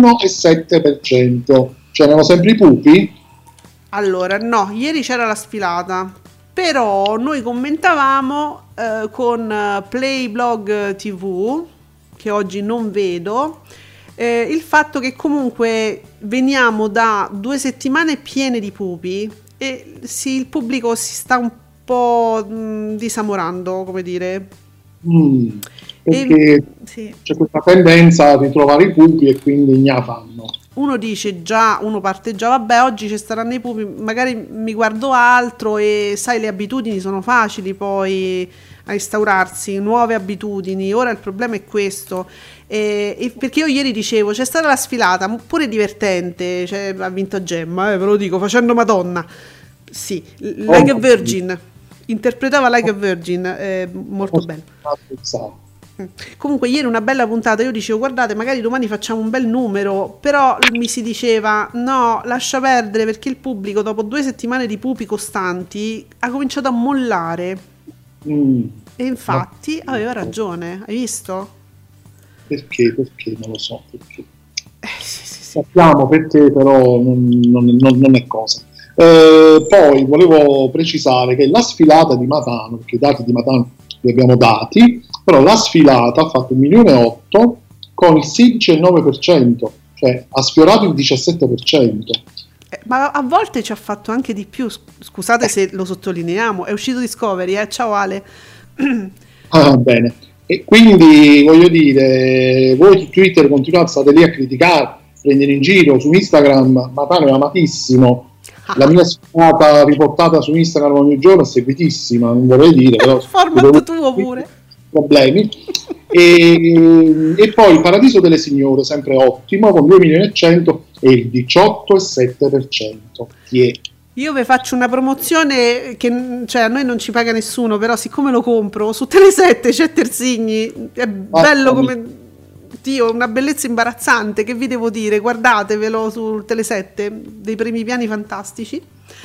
21,7%. Cioè erano sempre i pupi? Allora, no, ieri c'era la sfilata, però noi commentavamo con Playblog TV, che oggi non vedo, il fatto che comunque veniamo da 2 settimane piene di pupi e sì, il pubblico si sta un po' disamorando, come dire. Perché sì, c'è questa tendenza a ritrovare i pupi e quindi ne fanno. Uno parte già, vabbè, oggi ci saranno i pupi, magari mi guardo altro, e sai, le abitudini sono facili poi a instaurarsi, nuove abitudini. Ora il problema è questo, perché io ieri dicevo c'è stata la sfilata pure divertente, cioè, ha vinto Gemma, ve lo dico, facendo Madonna, sì, Like a Virgin, interpretava Like a Virgin, molto bello. Comunque ieri una bella puntata, io dicevo guardate, magari domani facciamo un bel numero, però mi si diceva no, lascia perdere, perché il pubblico dopo 2 settimane di pupi costanti ha cominciato a mollare. E infatti aveva ragione, hai visto? Perché? Non lo so. Perché. Sì. Sappiamo perché, però non è cosa. Poi volevo precisare che la sfilata di Matano, perché i dati di Matano li abbiamo dati, però la sfilata ha fatto 1,8 milioni con il 16,9%, cioè ha sfiorato il 17%. Ma a volte ci ha fatto anche di più, scusate se lo sottolineiamo, è uscito Discovery, ciao Ale. Bene, e quindi voglio dire, voi su Twitter continuate, state lì a criticare, prendere in giro, su Instagram Matano è amatissimo, la mia sfilata riportata su Instagram ogni giorno è seguitissima, non vorrei dire, però format tuo pure. Problemi. E poi il Paradiso delle Signore, sempre ottimo, con 2 milioni e 100 e il 18,7%. Io vi faccio una promozione che, cioè, a noi non ci paga nessuno, però siccome lo compro su Tele7 c'è Terzigni, è bello come Dio, una bellezza imbarazzante, che vi devo dire, guardatevelo su Tele7, dei primi piani fantastici,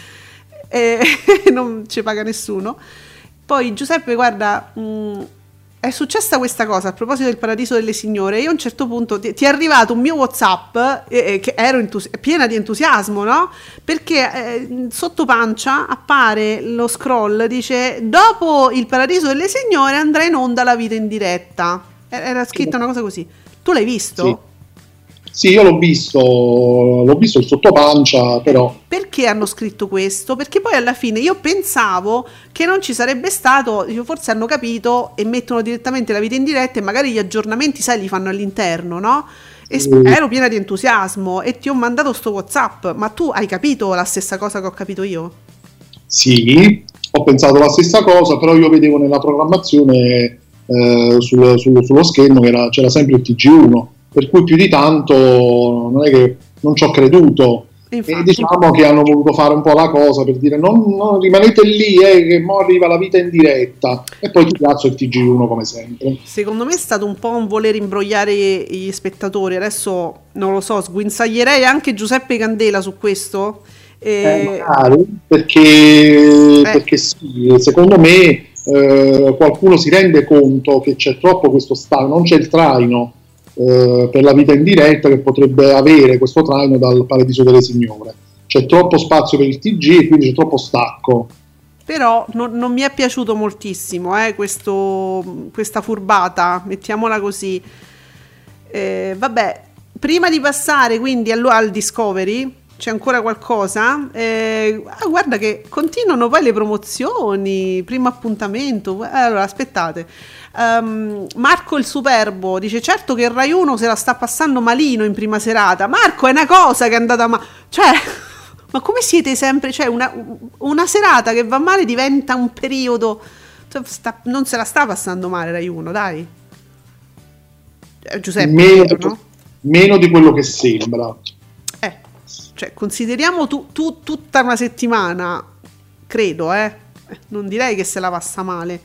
e non ci paga nessuno. Poi Giuseppe, guarda, è successa questa cosa a proposito del Paradiso delle Signore. Io a un certo punto ti è arrivato un mio WhatsApp che ero piena di entusiasmo, no? Perché sotto pancia appare lo scroll, dice: dopo il Paradiso delle Signore andrà in onda La Vita in Diretta. Era scritta una cosa così. Tu l'hai visto? Sì, io l'ho visto il sottopancia, però. Perché hanno scritto questo? Perché poi alla fine io pensavo che non ci sarebbe stato, forse hanno capito e mettono direttamente La Vita in Diretta e magari gli aggiornamenti, sai, li fanno all'interno, no? E ero piena di entusiasmo e ti ho mandato sto WhatsApp, ma tu hai capito la stessa cosa che ho capito io? Sì, ho pensato la stessa cosa, però io vedevo nella programmazione sullo schermo che c'era sempre il TG1, per cui più di tanto non è che non ci ho creduto. E diciamo che hanno voluto fare un po' la cosa per dire non rimanete lì che mo arriva La Vita in Diretta, e poi ti piazzo il TG1 come sempre. Secondo me è stato un po' un voler imbrogliare gli spettatori. Adesso non lo so, sguinzaglierei anche Giuseppe Candela su questo, magari, perché sì, secondo me qualcuno si rende conto che c'è troppo questo non c'è il traino per La Vita in Diretta che potrebbe avere questo traino dal Paradiso delle Signore. C'è troppo spazio per il TG e quindi c'è troppo stacco. Però non mi è piaciuto moltissimo questa furbata, mettiamola così. Vabbè, prima di passare quindi al Discovery, c'è ancora qualcosa? Guarda che continuano poi le promozioni, primo appuntamento. Allora, aspettate. Marco il Superbo dice: certo che il Rai 1 se la sta passando malino in prima serata. Marco, è una cosa che è andata cioè, ma come siete sempre? Cioè, una serata che va male diventa un periodo. Non se la sta passando male Rai 1, dai. Giuseppe, meno di quello che sembra. Cioè, consideriamo tutta una settimana, credo, non direi che se la passa male.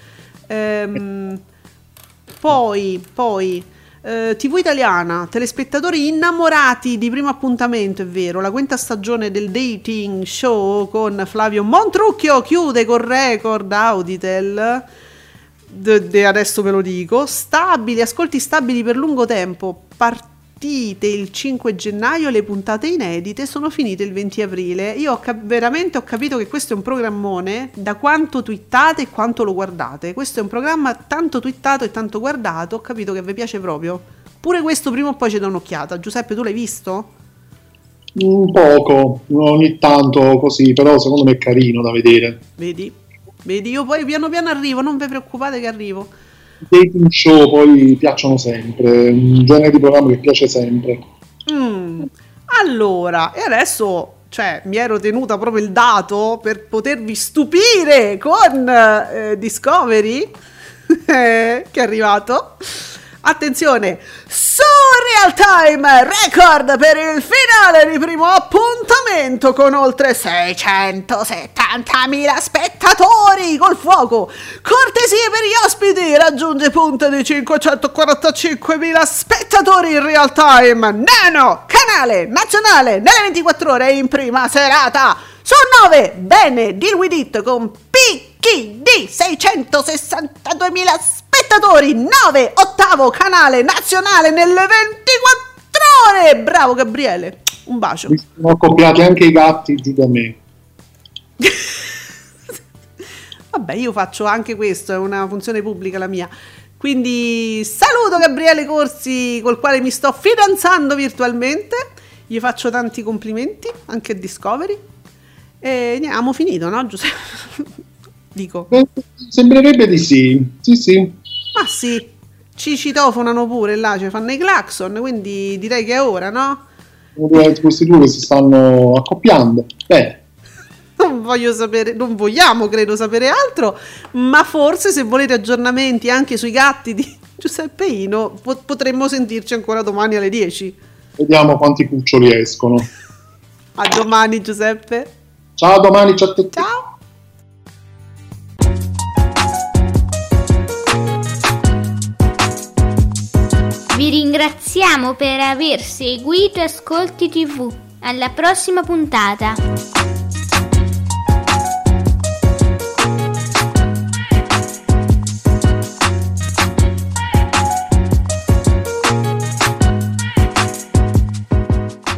Poi TV italiana, telespettatori innamorati di Primo Appuntamento, è vero, la quinta stagione del dating show con Flavio Montrucchio chiude con record Auditel, adesso ve lo dico, ascolti stabili per lungo tempo, partite il 5 gennaio, le puntate inedite sono finite il 20 aprile. Io veramente ho capito che questo è un programmone, da quanto twittate e quanto lo guardate. Questo è un programma tanto twittato e tanto guardato, ho capito che vi piace proprio. Pure questo prima o poi ci do un'occhiata. Giuseppe, tu l'hai visto? Un poco, ogni tanto così, però secondo me è carino da vedere. Vedi, io poi piano piano arrivo, non vi preoccupate che arrivo. Dating show poi piacciono sempre, un genere di programma che piace sempre. Allora, e adesso, cioè, mi ero tenuta proprio il dato per potervi stupire con Discovery che è arrivato. Attenzione, su Real Time record per il finale di Primo Appuntamento con oltre 670.000 spettatori col fuoco. Cortesie per gli ospiti, raggiunge punte di 545.000 spettatori in Real Time. Nano, canale nazionale nelle 24 ore in prima serata. Su 9, bene, Deal With It con picchi chi di 662.000 spettatori, 9, ottavo canale nazionale nelle 24 ore. Bravo Gabriele, un bacio. Mi sono accoppiati anche i gatti giù da me. Vabbè, io faccio anche questo, è una funzione pubblica la mia. Quindi saluto Gabriele Corsi, col quale mi sto fidanzando virtualmente. Gli faccio tanti complimenti, anche a Discovery. E niente, abbiamo finito, no Giuseppe? Dico. Sembrerebbe di sì. Sì. Ma sì, ci citofonano pure là, cioè fanno i clacson, quindi direi che è ora, no? Questi due che si stanno accoppiando. Non vogliamo credo sapere altro, ma forse se volete aggiornamenti anche sui gatti di Giuseppe Ino potremmo sentirci ancora domani alle 10. Vediamo quanti cuccioli escono. A domani Giuseppe. Ciao, a domani, ciao a tutti. Ciao. Vi ringraziamo per aver seguito Ascolti TV. Alla prossima puntata.